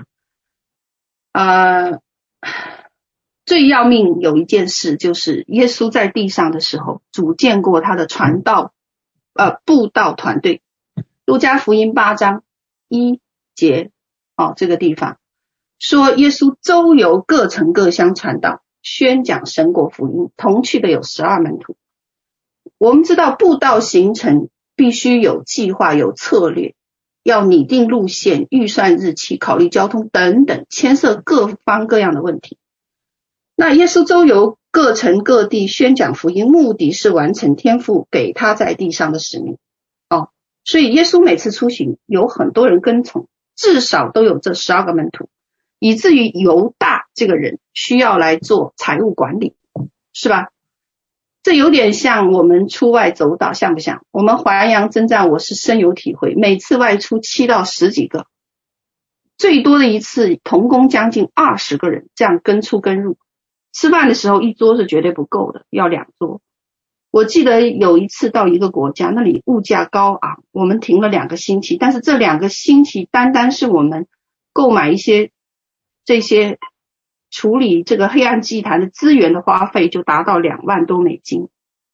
[SPEAKER 1] 最要命有一件事，就是耶稣在地上的时候组建过他的布道团队。路加福音8章1节这个地方说，耶稣周游各城各乡传道，宣讲神国福音，同去的有12门徒。我们知道布道行程必须有计划有策略，要拟定路线，预算日期，考虑交通等等，牵涉各方各样的问题。那耶稣周游各城各地宣讲福音，目的是完成天父给他在地上的使命。所以耶稣每次出行有很多人跟从，至少都有这12个门徒，以至于犹大这个人需要来做财务管理，是吧？这有点像我们出外走岛，像不像？我们淮阳征战我是深有体会，每次外出7到10几个，最多的一次同工将近20个人，这样跟出跟入。吃饭的时候一桌是绝对不够的，要2桌。我记得有一次到一个国家，那里物价高昂，我们停了2个星期，但是这2个星期单单是我们购买这些处理这个黑暗祭坛的资源的花费就达到2万多美金。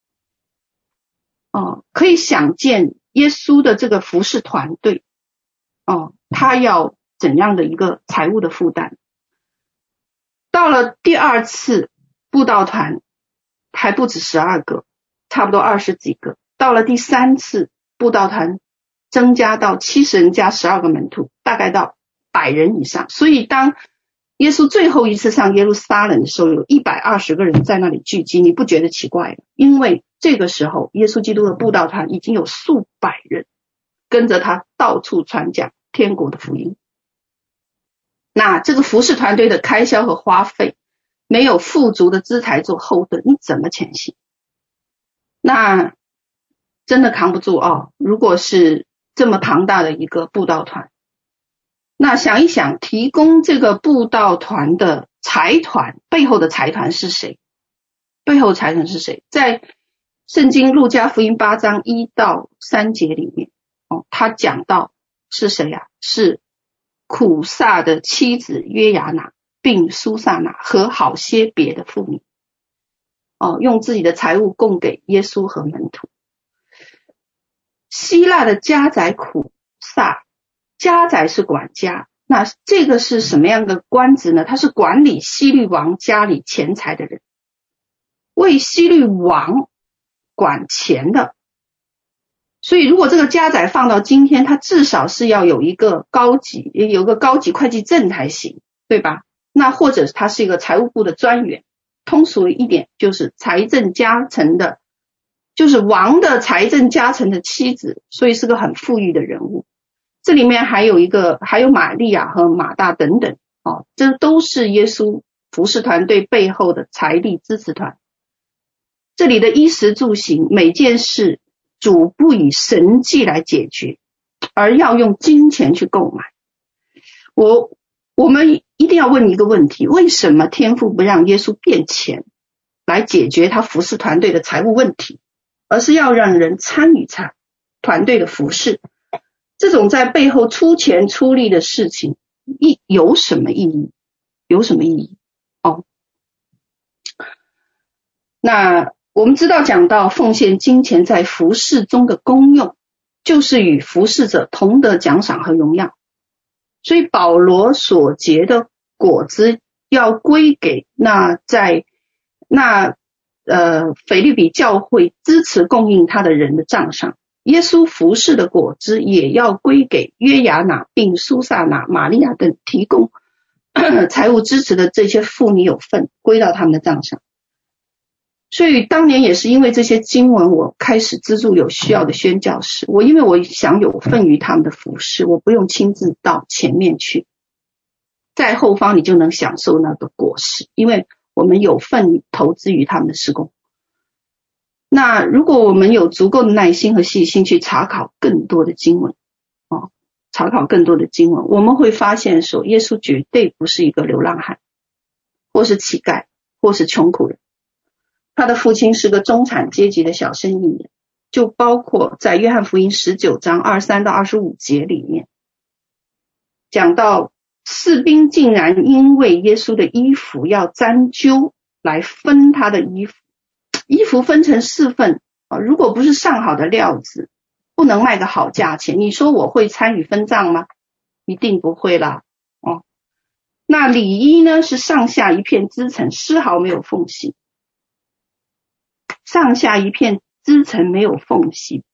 [SPEAKER 1] 可以想见耶稣的这个服事团队他要怎样的一个财务的负担。到了第2次布道团还不止12个，差不多20几个。到了第3次布道团增加到70人加12个门徒，大概到100人以上。所以当耶稣最后一次上耶路撒冷的时候，有120个人在那里聚集，你不觉得奇怪了？因为这个时候耶稣基督的布道团已经有数百人跟着他到处传讲天国的福音。那这个服事团队的开销和花费没有富足的资财做后盾，你怎么前行？那真的扛不住如果是这么庞大的一个布道团，那想一想，提供这个布道团的财团背后的财团是谁？在圣经路加福音8章1到3节里面他讲到是谁啊？是苦撒的妻子约雅拿，并苏撒拿和好些别的妇女用自己的财物供给耶稣和门徒。希腊的家宰苦撒，家宰是管家，那这个是什么样的官职呢？他是管理希律王家里钱财的人，为希律王管钱的。所以如果这个家宰放到今天，他至少是要有个高级会计证才行，对吧？那或者他是一个财务部的专员，通俗一点就是财政家臣的，就是王的财政家臣的妻子，所以是个很富裕的人物。这里面还有玛利亚和马大等等这都是耶稣服事团队背后的财力支持团。这里的衣食住行每件事主不以神迹来解决，而要用金钱去购买。我们一定要问一个问题，为什么天父不让耶稣变钱来解决他服事团队的财务问题，而是要让人参与团队的服事， 这种在背后出钱出力的事情有什么意义？有什么意义？那我们知道讲到奉献金钱在服事中的功用，就是与服事者同得奖赏和荣耀。所以保罗所结的果子要归给腓立比教会支持供应他的人的账上。耶稣服事的果子也要归给约雅拿并苏撒拿、玛利亚等提供财务支持的这些妇女有份，归到他们的账上。所以当年也是因为这些经文，我开始资助有需要的宣教士。因为我想有份于他们的服事，我不用亲自到前面去，在后方你就能享受那个果实，因为我们有份投资于他们的事工。那如果我们有足够的耐心和细心去查考更多的经文，我们会发现说，耶稣绝对不是一个流浪汉，或是乞丐，或是穷苦人。他的父亲是个中产阶级的小生意人，就包括在约翰福音19章23到25节里面讲到，士兵竟然因为耶稣的衣服要沾揪来分他的衣服，衣服分成4份如果不是上好的料子，不能卖个好价钱，你说我会参与分账吗？一定不会啦。那里衣呢，是上下一片织成，丝毫没有缝隙，上下一片织成没有缝隙，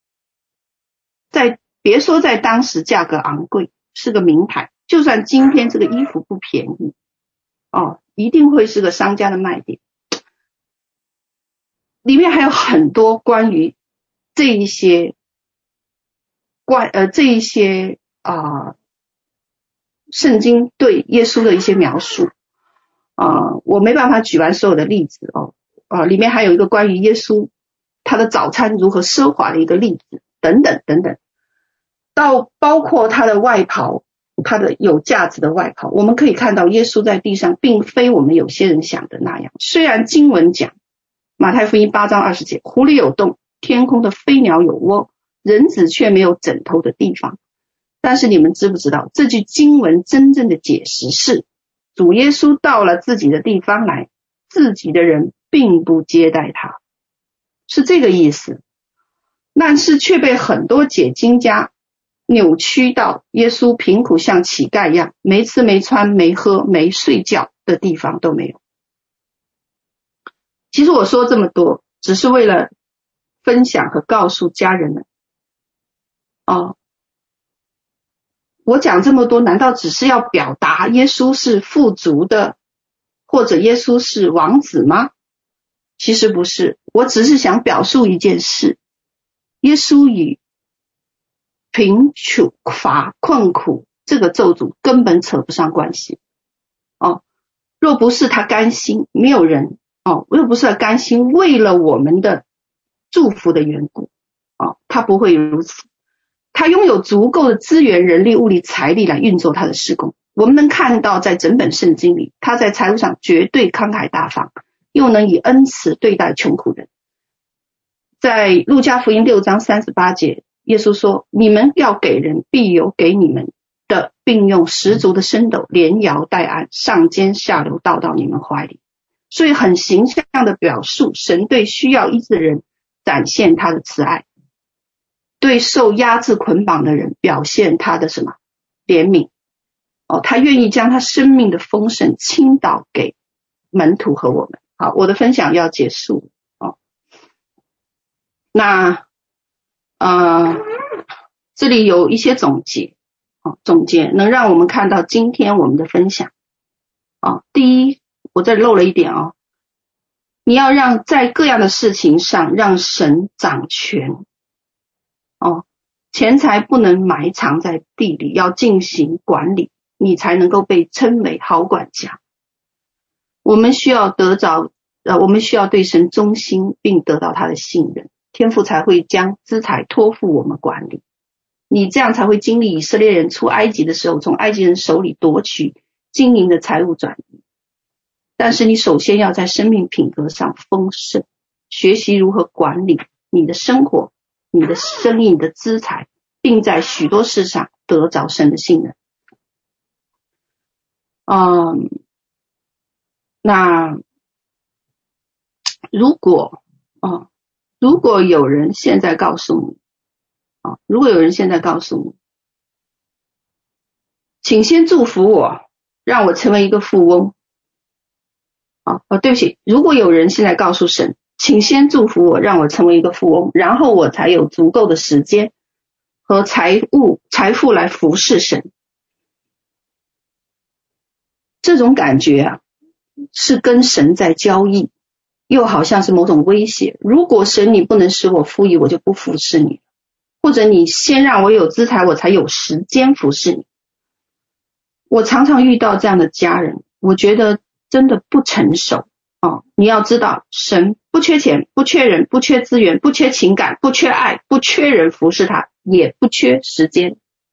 [SPEAKER 1] 别说在当时价格昂贵，是个名牌，就算今天这个衣服不便宜一定会是个商家的卖点。里面还有很多关于这一些圣经对耶稣的一些描述我没办法举完所有的例子里面还有一个关于耶稣他的早餐如何奢华的一个例子，等等等等，到包括他的外袍，他的有价值的外袍。我们可以看到耶稣在地上并非我们有些人想的那样，虽然经文讲马太福音8章20节，狐狸有洞，天空的飞鸟有窝，人子却没有枕头的地方。但是你们知不知道，这句经文真正的解释是，主耶稣到了自己的地方来，自己的人并不接待他，是这个意思。但是却被很多解经家扭曲到耶稣贫苦像乞丐一样，没吃没穿没喝没睡觉的地方都没有。其实我说这么多只是为了分享和告诉家人们我讲这么多难道只是要表达耶稣是富足的，或者耶稣是王子吗？其实不是，我只是想表述一件事，耶稣与贫穷乏困苦这个咒诅根本扯不上关系若不是他甘心，没有人若不是他甘心为了我们的祝福的缘故他不会如此。他拥有足够的资源、人力、物力、财力来运作他的事工。我们能看到在整本圣经里，他在财务上绝对慷慨大方，又能以恩慈对待穷苦人。在路加福音6章38节，耶稣说，你们要给人，必有给你们的，并用十足的升斗连摇带按，上尖下流倒到你们怀里。所以很形象的表述神对需要医治的人展现他的慈爱，对受压制捆绑的人表现他的什么怜悯他愿意将他生命的丰盛倾倒给门徒和我们。好，我的分享要结束那这里有一些总结能让我们看到今天我们的分享第一，我这里漏了一点你要让在各样的事情上让神掌权钱财不能埋藏在地里，要进行管理，你才能够被称为好管家。我们需要对神忠心，并得到他的信任，天父才会将资财托付我们管理。你这样才会经历以色列人出埃及的时候，从埃及人手里夺取经营的财物转移。但是你首先要在生命品格上丰盛，学习如何管理你的生活、你的生意、你的资财， 并在许多事上得着神的信任。那如果有人现在告诉你，请先祝福我，让我成为一个富翁。对不起，如果有人现在告诉神，请先祝福我，让我成为一个富翁，然后我才有足够的时间和财富来服侍神。这种感觉是跟神在交易，又好像是某种威胁。如果神你不能使我富裕，我就不服侍你，或者你先让我有资财，我才有时间服侍你。我常常遇到这样的家人，我觉得真的不成熟。你要知道，神不缺钱，不缺人，不缺资源，不缺情感，不缺爱，不缺人服侍他，也不缺时间。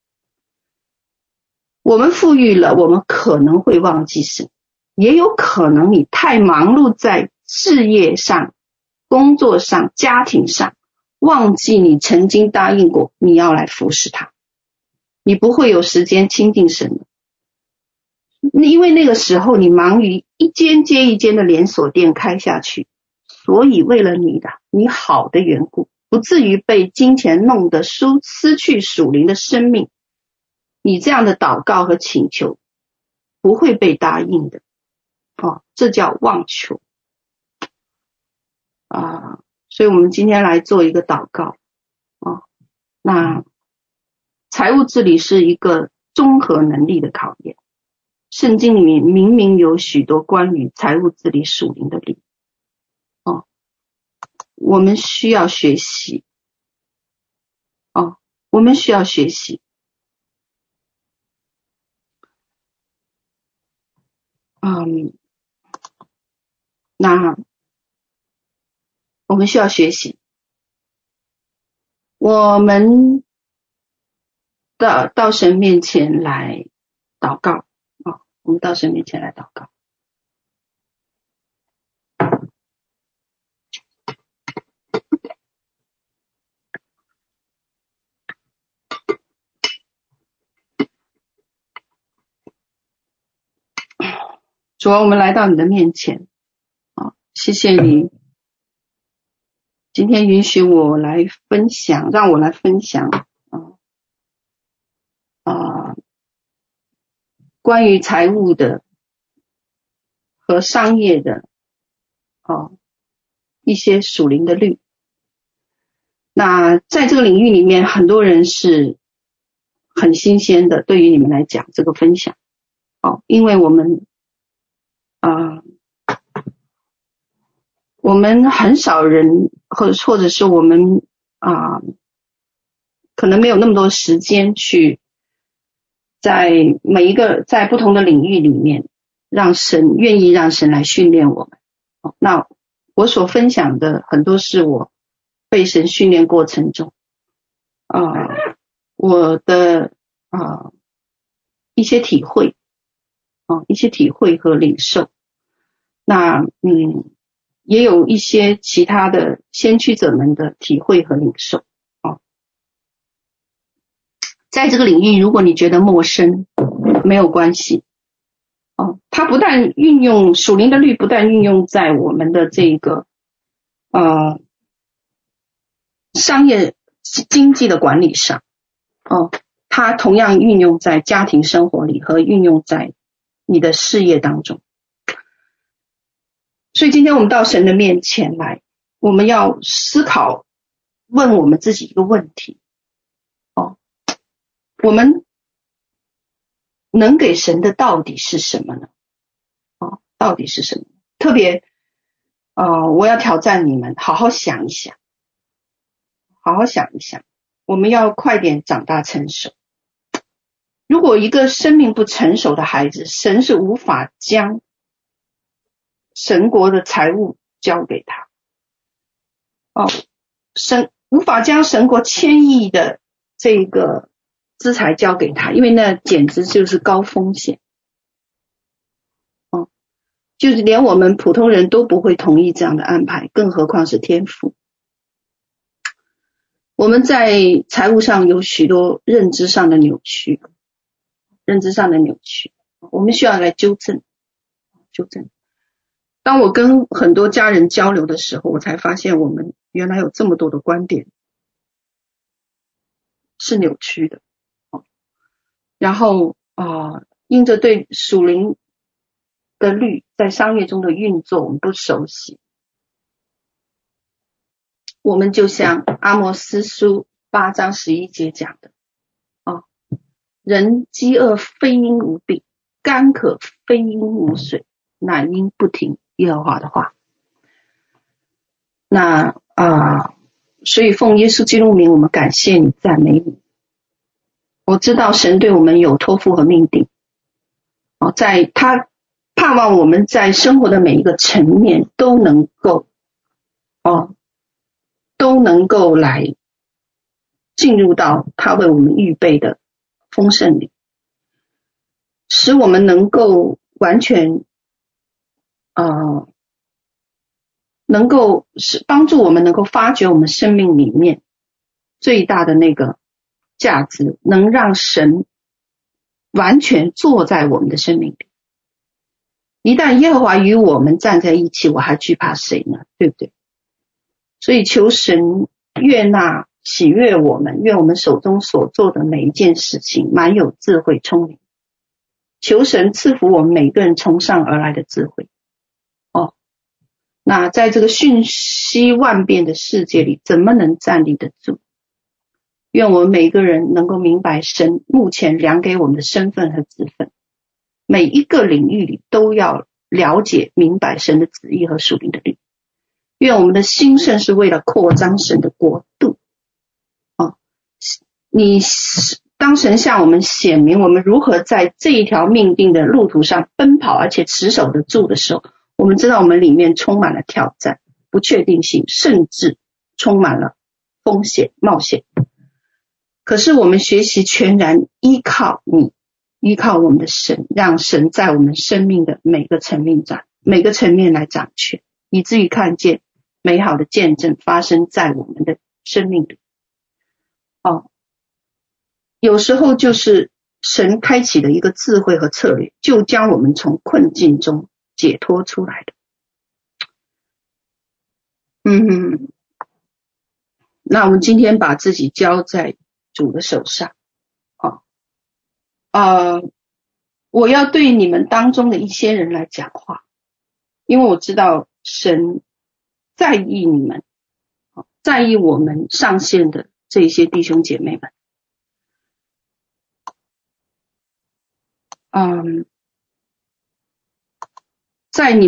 [SPEAKER 1] 我们富裕了，我们可能会忘记神，也有可能你太忙碌在事业上、工作上、家庭上，忘记你曾经答应过你要来服侍他，你不会有时间亲近神的。因为那个时候你忙于一间接一间的连锁店开下去，所以为了你好的缘故，不至于被金钱弄得失去属灵的生命，你这样的祷告和请求不会被答应的。这叫妄求。所以我们今天来做一个祷告。那财务治理是一个综合能力的考验。圣经里面明明有许多关于财务治理属灵的理，我们需要学习。那我们需要学习，我们到神面前来祷告。我们到神面前来祷告。主啊，我们来到你的面前，谢谢你今天允许我来分享，让我来分享关于财务的和商业的一些属灵的律。那在这个领域里面，很多人是很新鲜的，对于你们来讲这个分享因为我们很少人或者是我们可能没有那么多时间去在在不同的领域里面愿意让神来训练我们。那我所分享的很多是我被神训练过程中我的一些体会和领受。那也有一些其他的先驱者们的体会和领受。在这个领域，如果你觉得陌生，没有关系。它不但运用属灵的律，不但运用在我们的这个商业经济的管理上，它同样运用在家庭生活里和运用在你的事业当中。所以今天我们到神的面前来，我们要思考，问我们自己一个问题。我们能给神的到底是什么呢？到底是什么？特别我要挑战你们好好想一想，我们要快点长大成熟。如果一个生命不成熟的孩子，神是无法将神国的财物交给他。神无法将神国1000亿的这个资财交给他，因为那简直就是高风险。就是连我们普通人都不会同意这样的安排，更何况是天父。 我们在财务上有许多认知上的扭曲，我们需要来纠正。当我跟很多家人交流的时候，我才发现我们原来有这么多的观点是扭曲的。然后因着对属灵的律在商业中的运作我们不熟悉，我们就像阿摩司书8章11节讲的人饥饿非因无病，干渴非因无水，乃因不听耶和华的话。那所以奉耶稣基督名，我们感谢你，赞美你。我知道神对我们有托付和命定，在他盼望我们在生活的每一个层面都能够来进入到他为我们预备的丰盛里，使我们能够完全能够帮助我们能够发掘我们生命里面最大的那个价值，能让神完全坐在我们的生命里。一旦耶和华与我们站在一起，我还惧怕谁呢？对不对？所以求神悦纳喜悦我们，愿我们手中所做的每一件事情满有智慧聪明。求神赐福我们每个人从上而来的智慧。那在这个瞬息万变的世界里，怎么能站立得住？愿我们每个人能够明白神目前量给我们的身份和职分，每一个领域里都要了解明白神的旨意和属灵的律。愿我们的兴盛是为了扩张神的国度。当神向我们显明我们如何在这一条命定的路途上奔跑，而且持守得住的时候，我们知道我们里面充满了挑战、不确定性，甚至充满了风险、冒险。可是我们学习全然依靠你，依靠我们的神，让神在我们生命的每个层面来掌权，以至于看见美好的见证发生在我们的生命里。有时候就是神开启的一个智慧和策略，就将我们从困境中解脱出来的。那我们今天把自己交在主的手上。我要对你们当中的一些人来讲话，因为我知道神在意你们，在意我们上线的这一些弟兄姐妹们。在你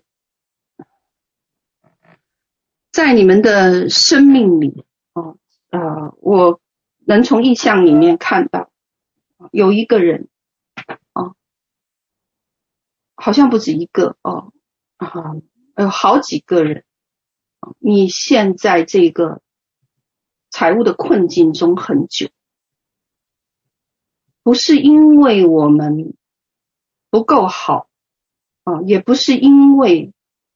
[SPEAKER 1] 们的生命里，我能从异象里面看到，有一个人，好像不止一个，有好几个人，你陷在这个财务的困境中很久，不是因为我们不够好，也不是因为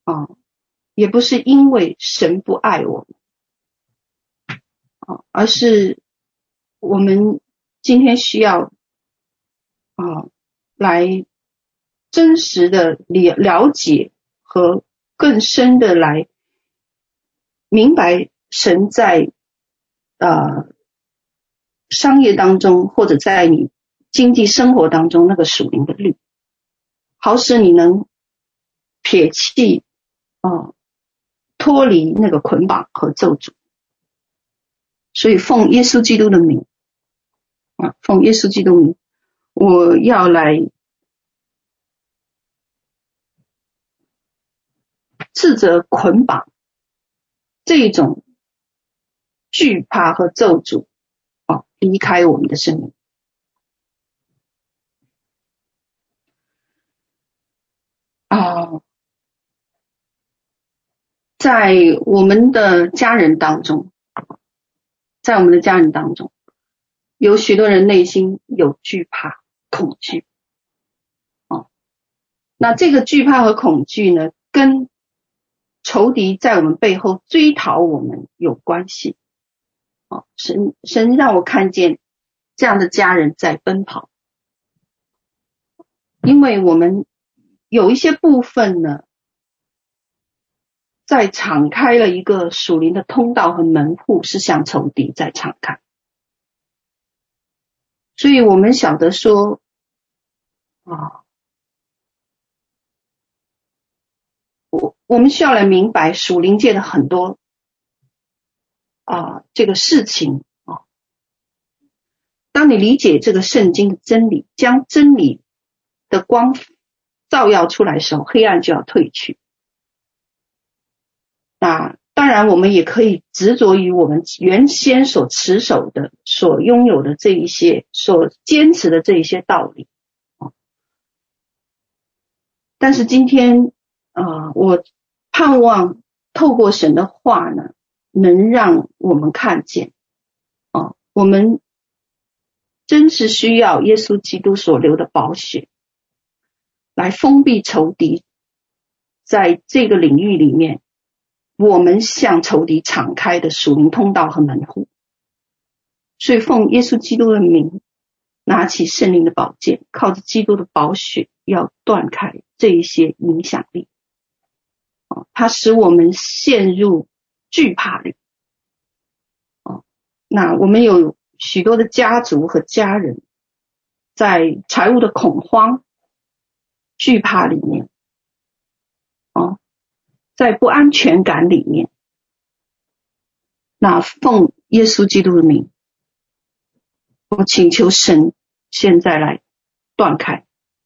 [SPEAKER 1] 神不爱我们，而是我们今天需要来真实的了解和更深的来明白神在商业当中或者在你经济生活当中那个属灵的律，好使你能撇弃脱离那个捆绑和咒诅。所以奉耶稣基督的名，我要来斥责捆绑这种惧怕和咒诅离开我们的生命。在我们的家人当中，有许多人内心有惧怕、恐惧。那这个惧怕和恐惧呢，跟仇敌在我们背后追讨我们有关系。 神让我看见这样的家人在奔跑，因为我们有一些部分呢，在敞开了一个属灵的通道和门户，是向仇敌在敞开。所以我们晓得说我们需要来明白属灵界的很多这个事情当你理解这个圣经的真理，将真理的光照耀出来的时候，黑暗就要退去。那当然我们也可以执着于我们原先所持守的、所拥有的这一些、所坚持的这一些道理但是今天我盼望透过神的话呢，能让我们看见我们真是需要耶稣基督所流的宝血来封闭仇敌在这个领域里面我们向仇敌敞开的属灵通道和门户。所以奉耶稣基督的名，拿起圣灵的宝剑，靠着基督的宝血要断开这一些影响力它使我们陷入惧怕里那我们有许多的家族和家人在财务的恐慌惧怕里面在不安全感里面，那奉耶稣基督的名，我请求神现在来断开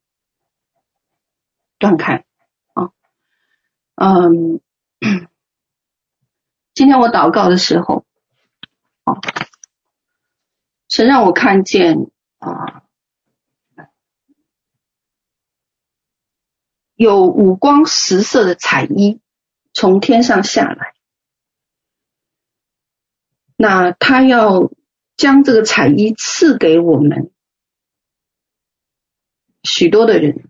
[SPEAKER 1] 今天我祷告的时候神让我看见有五光十色的彩衣从天上下来，那他要将这个彩衣赐给我们许多的人，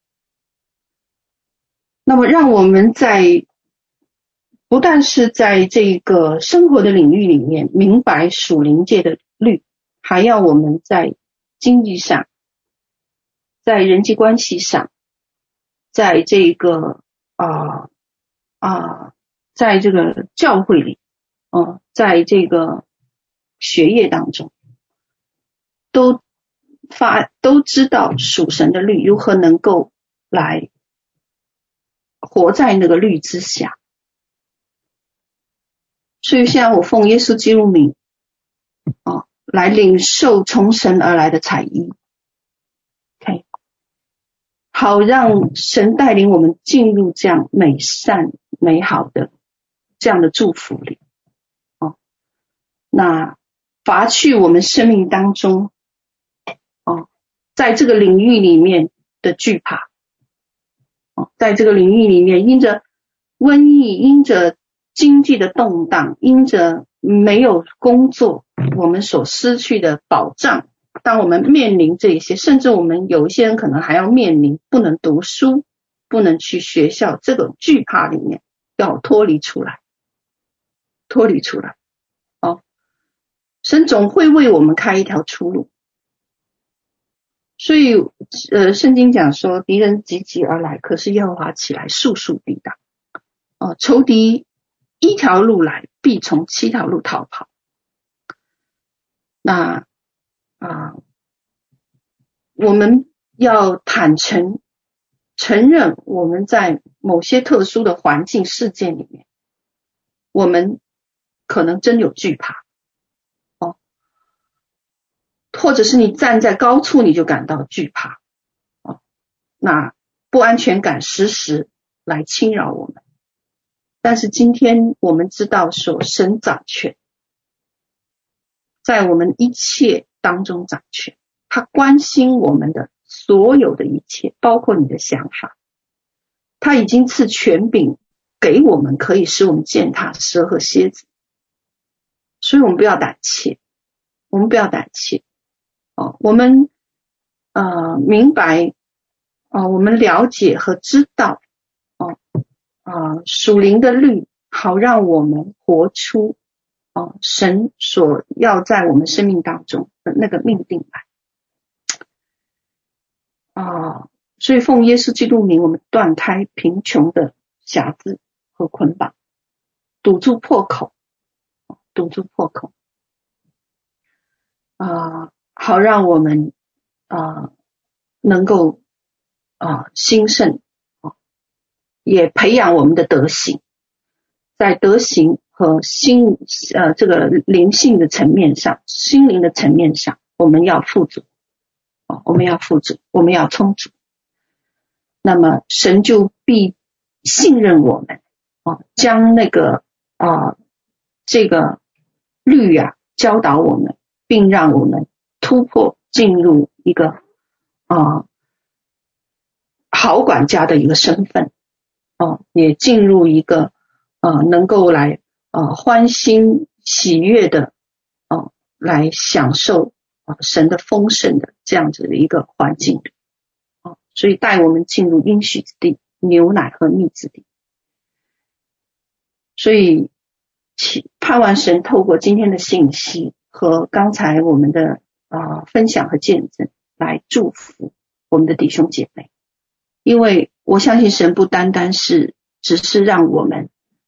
[SPEAKER 1] 那么让我们在不但是在这个生活的领域里面明白属灵界的律，还要我们在经济上，在人际关系上，在这个在这个教会里在这个学业当中都知道属神的律如何能够来活在那个律之下。所以现在我奉耶稣基督名来领受从神而来的彩衣，OK， 好让神带领我们进入这样美善美好的这样的祝福里那拔去我们生命当中在这个领域里面的惧怕在这个领域里面因着瘟疫，因着经济的动荡，因着没有工作，我们所失去的保障，当我们面临这一些，甚至我们有一些人可能还要面临不能读书，不能去学校，这种惧怕里面要脱离出来神总会为我们开一条出路。所以圣经讲说敌人急急而来，可是耶和华起来速速抵挡仇敌一条路来，必从7条路逃跑。那我们要坦诚承认我们在某些特殊的环境事件里面，我们可能真有惧怕或者是你站在高处你就感到惧怕那不安全感时时来侵扰我们。但是今天我们知道说神掌权，在我们一切当中掌权，他关心我们的所有的一切，包括你的想法，他已经赐权柄给我们，可以使我们践踏蛇和蝎子。所以我们不要胆怯，我们明白我们了解和知道属灵的律，好让我们活出神所要在我们生命当中的那个命定来所以奉耶稣基督名，我们断开贫穷的辖制和捆绑，堵住破口，好让我们能够兴盛，也培养我们的德行，在德行和这个灵性的层面上，心灵的层面上，我们要富足，我们要充足。那么神就必信任我们，将那个这个律教导我们，并让我们突破进入一个好管家的一个身份，也进入一个能够来欢欣喜悦的来享受神的丰盛的这样子的一个环境里，所以带我们进入应许之地，牛奶和蜜之地。所以盼望神透过今天的信息和刚才我们的分享和见证来祝福我们的弟兄姐妹，因为我相信神不单单是只是让我们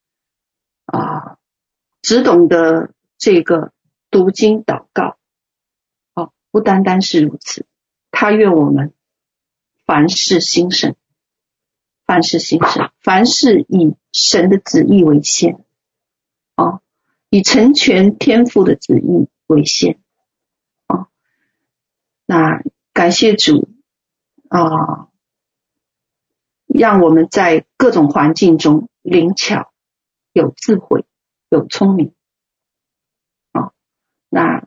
[SPEAKER 1] 只懂得这个读经祷告，不单单是如此，他愿我们凡事兴盛，凡事以神的旨意为先，以成全天父的旨意为先。那感谢主让我们在各种环境中灵巧、有智慧、有聪明。那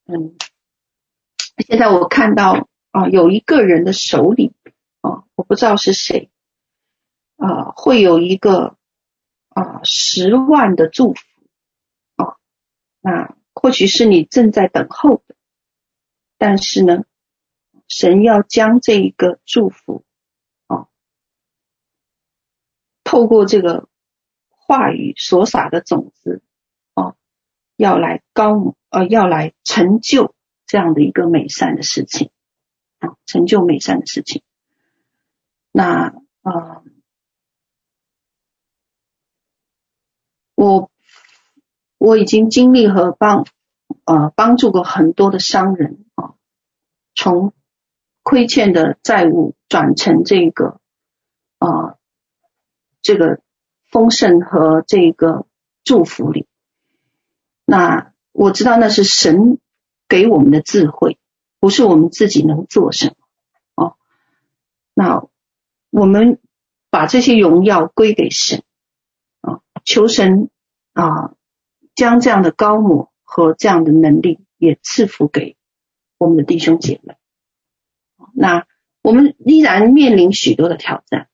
[SPEAKER 1] 现在我看到有一个人的手里我不知道是谁会有一个10万的祝福那或许是你正在等候的，但是呢，神要将这一个祝福透过这个话语所撒的种子要来成就这样的一个美善的事情成就美善的事情。那我已经经历和帮助过很多的商人从亏欠的债务转成这个丰盛和这个祝福里。那我知道那是神给我们的智慧，不是我们自己能做什么那我们把这些荣耀归给神求神将这样的高抹和这样的能力也赐福给我们的弟兄姐妹。那我们依然面临许多的挑战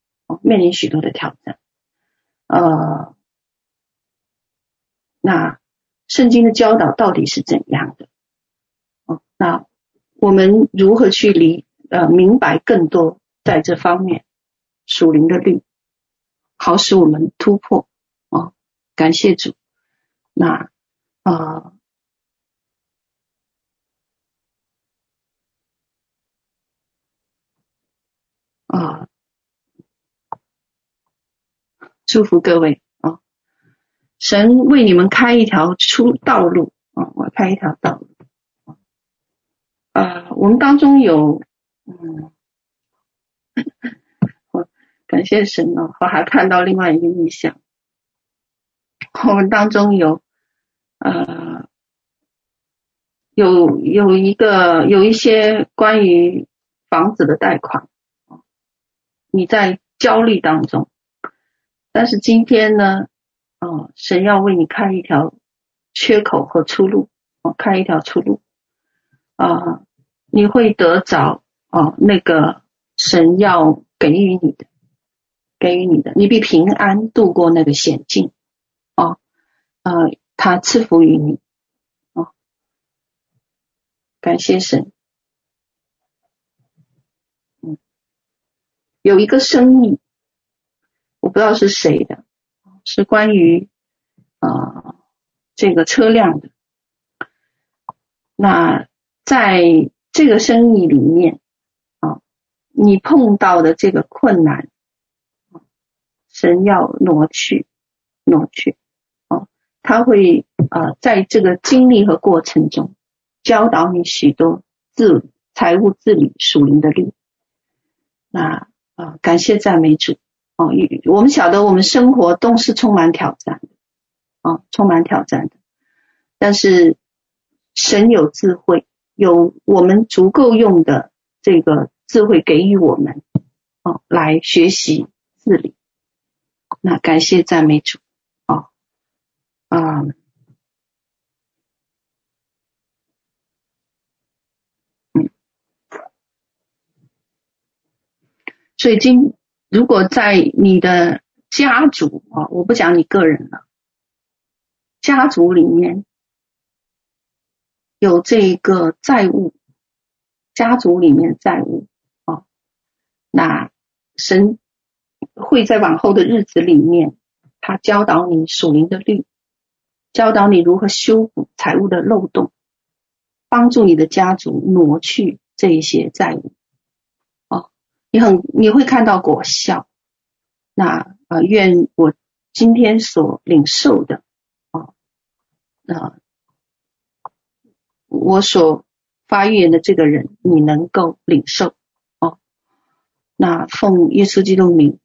[SPEAKER 1] 那圣经的教导到底是怎样的那我们如何去明白更多在这方面属灵的律，好使我们突破感谢主。那祝福各位神为你们开一条道路我开一条道路我们当中有我感谢神我还看到另外一个意象，我们当中有一些关于房子的贷款你在焦虑当中，但是今天呢神要为你开一条缺口和出路开一条出路你会得着那个神要给予你的，你必平安度过那个险境他赐福于你感谢神。有一个生意我不知道是谁的，是关于这个车辆的。那在这个生意里面啊，你碰到的这个困难，神要挪去啊，他会在这个经历和过程中教导你许多财务治理属灵的律。那感谢赞美主哦，我们晓得我们生活都是充满挑战的充满挑战的，但是神有智慧，有我们足够用的这个智慧给予我们来学习治理。那感谢赞美主所以如果在你的家族我不讲你个人了，家族里面有这个债务，家族里面债务那神会在往后的日子里面，他教导你属灵的律，教导你如何修补财务的漏洞，帮助你的家族挪去这一些债务你会看到果效。那愿我今天所领受的我所发预言的这个人，你能够领受那奉耶稣基督名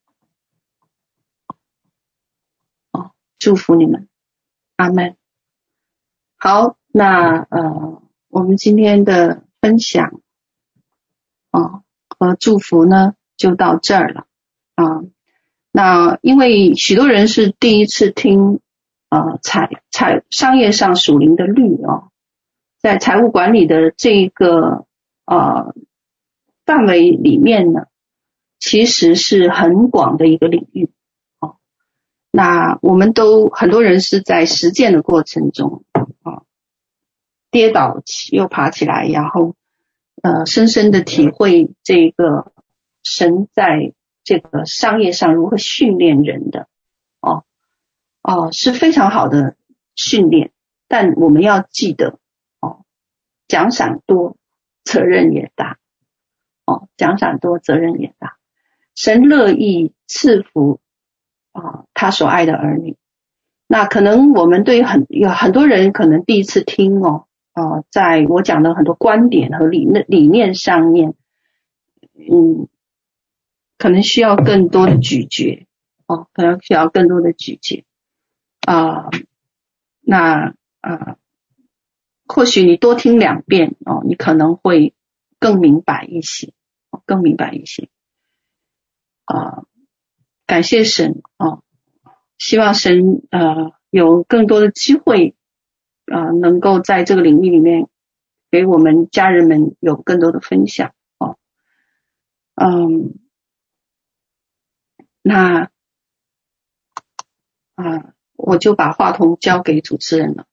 [SPEAKER 1] 祝福你们，阿们。好，那我们今天的分享和祝福呢就到这儿了那因为许多人是第一次听商业上属灵的律在财务管理的这个范围里面呢，其实是很广的一个领域那我们很多人是在实践的过程中跌倒又爬起来，然后深深的体会这个神在这个商业上如何训练人的是非常好的训练。但我们要记得奖赏多责任也大奖赏多责任也大。神乐意赐福他所爱的儿女。那可能我们有很多人可能第一次听在我讲的很多观点和理念上面可能需要更多的咀嚼或许你多听2遍你可能会更明白一些感谢神希望神有更多的机会能够在这个领域里面给我们家人们有更多的分享那我就把话筒交给主持人了。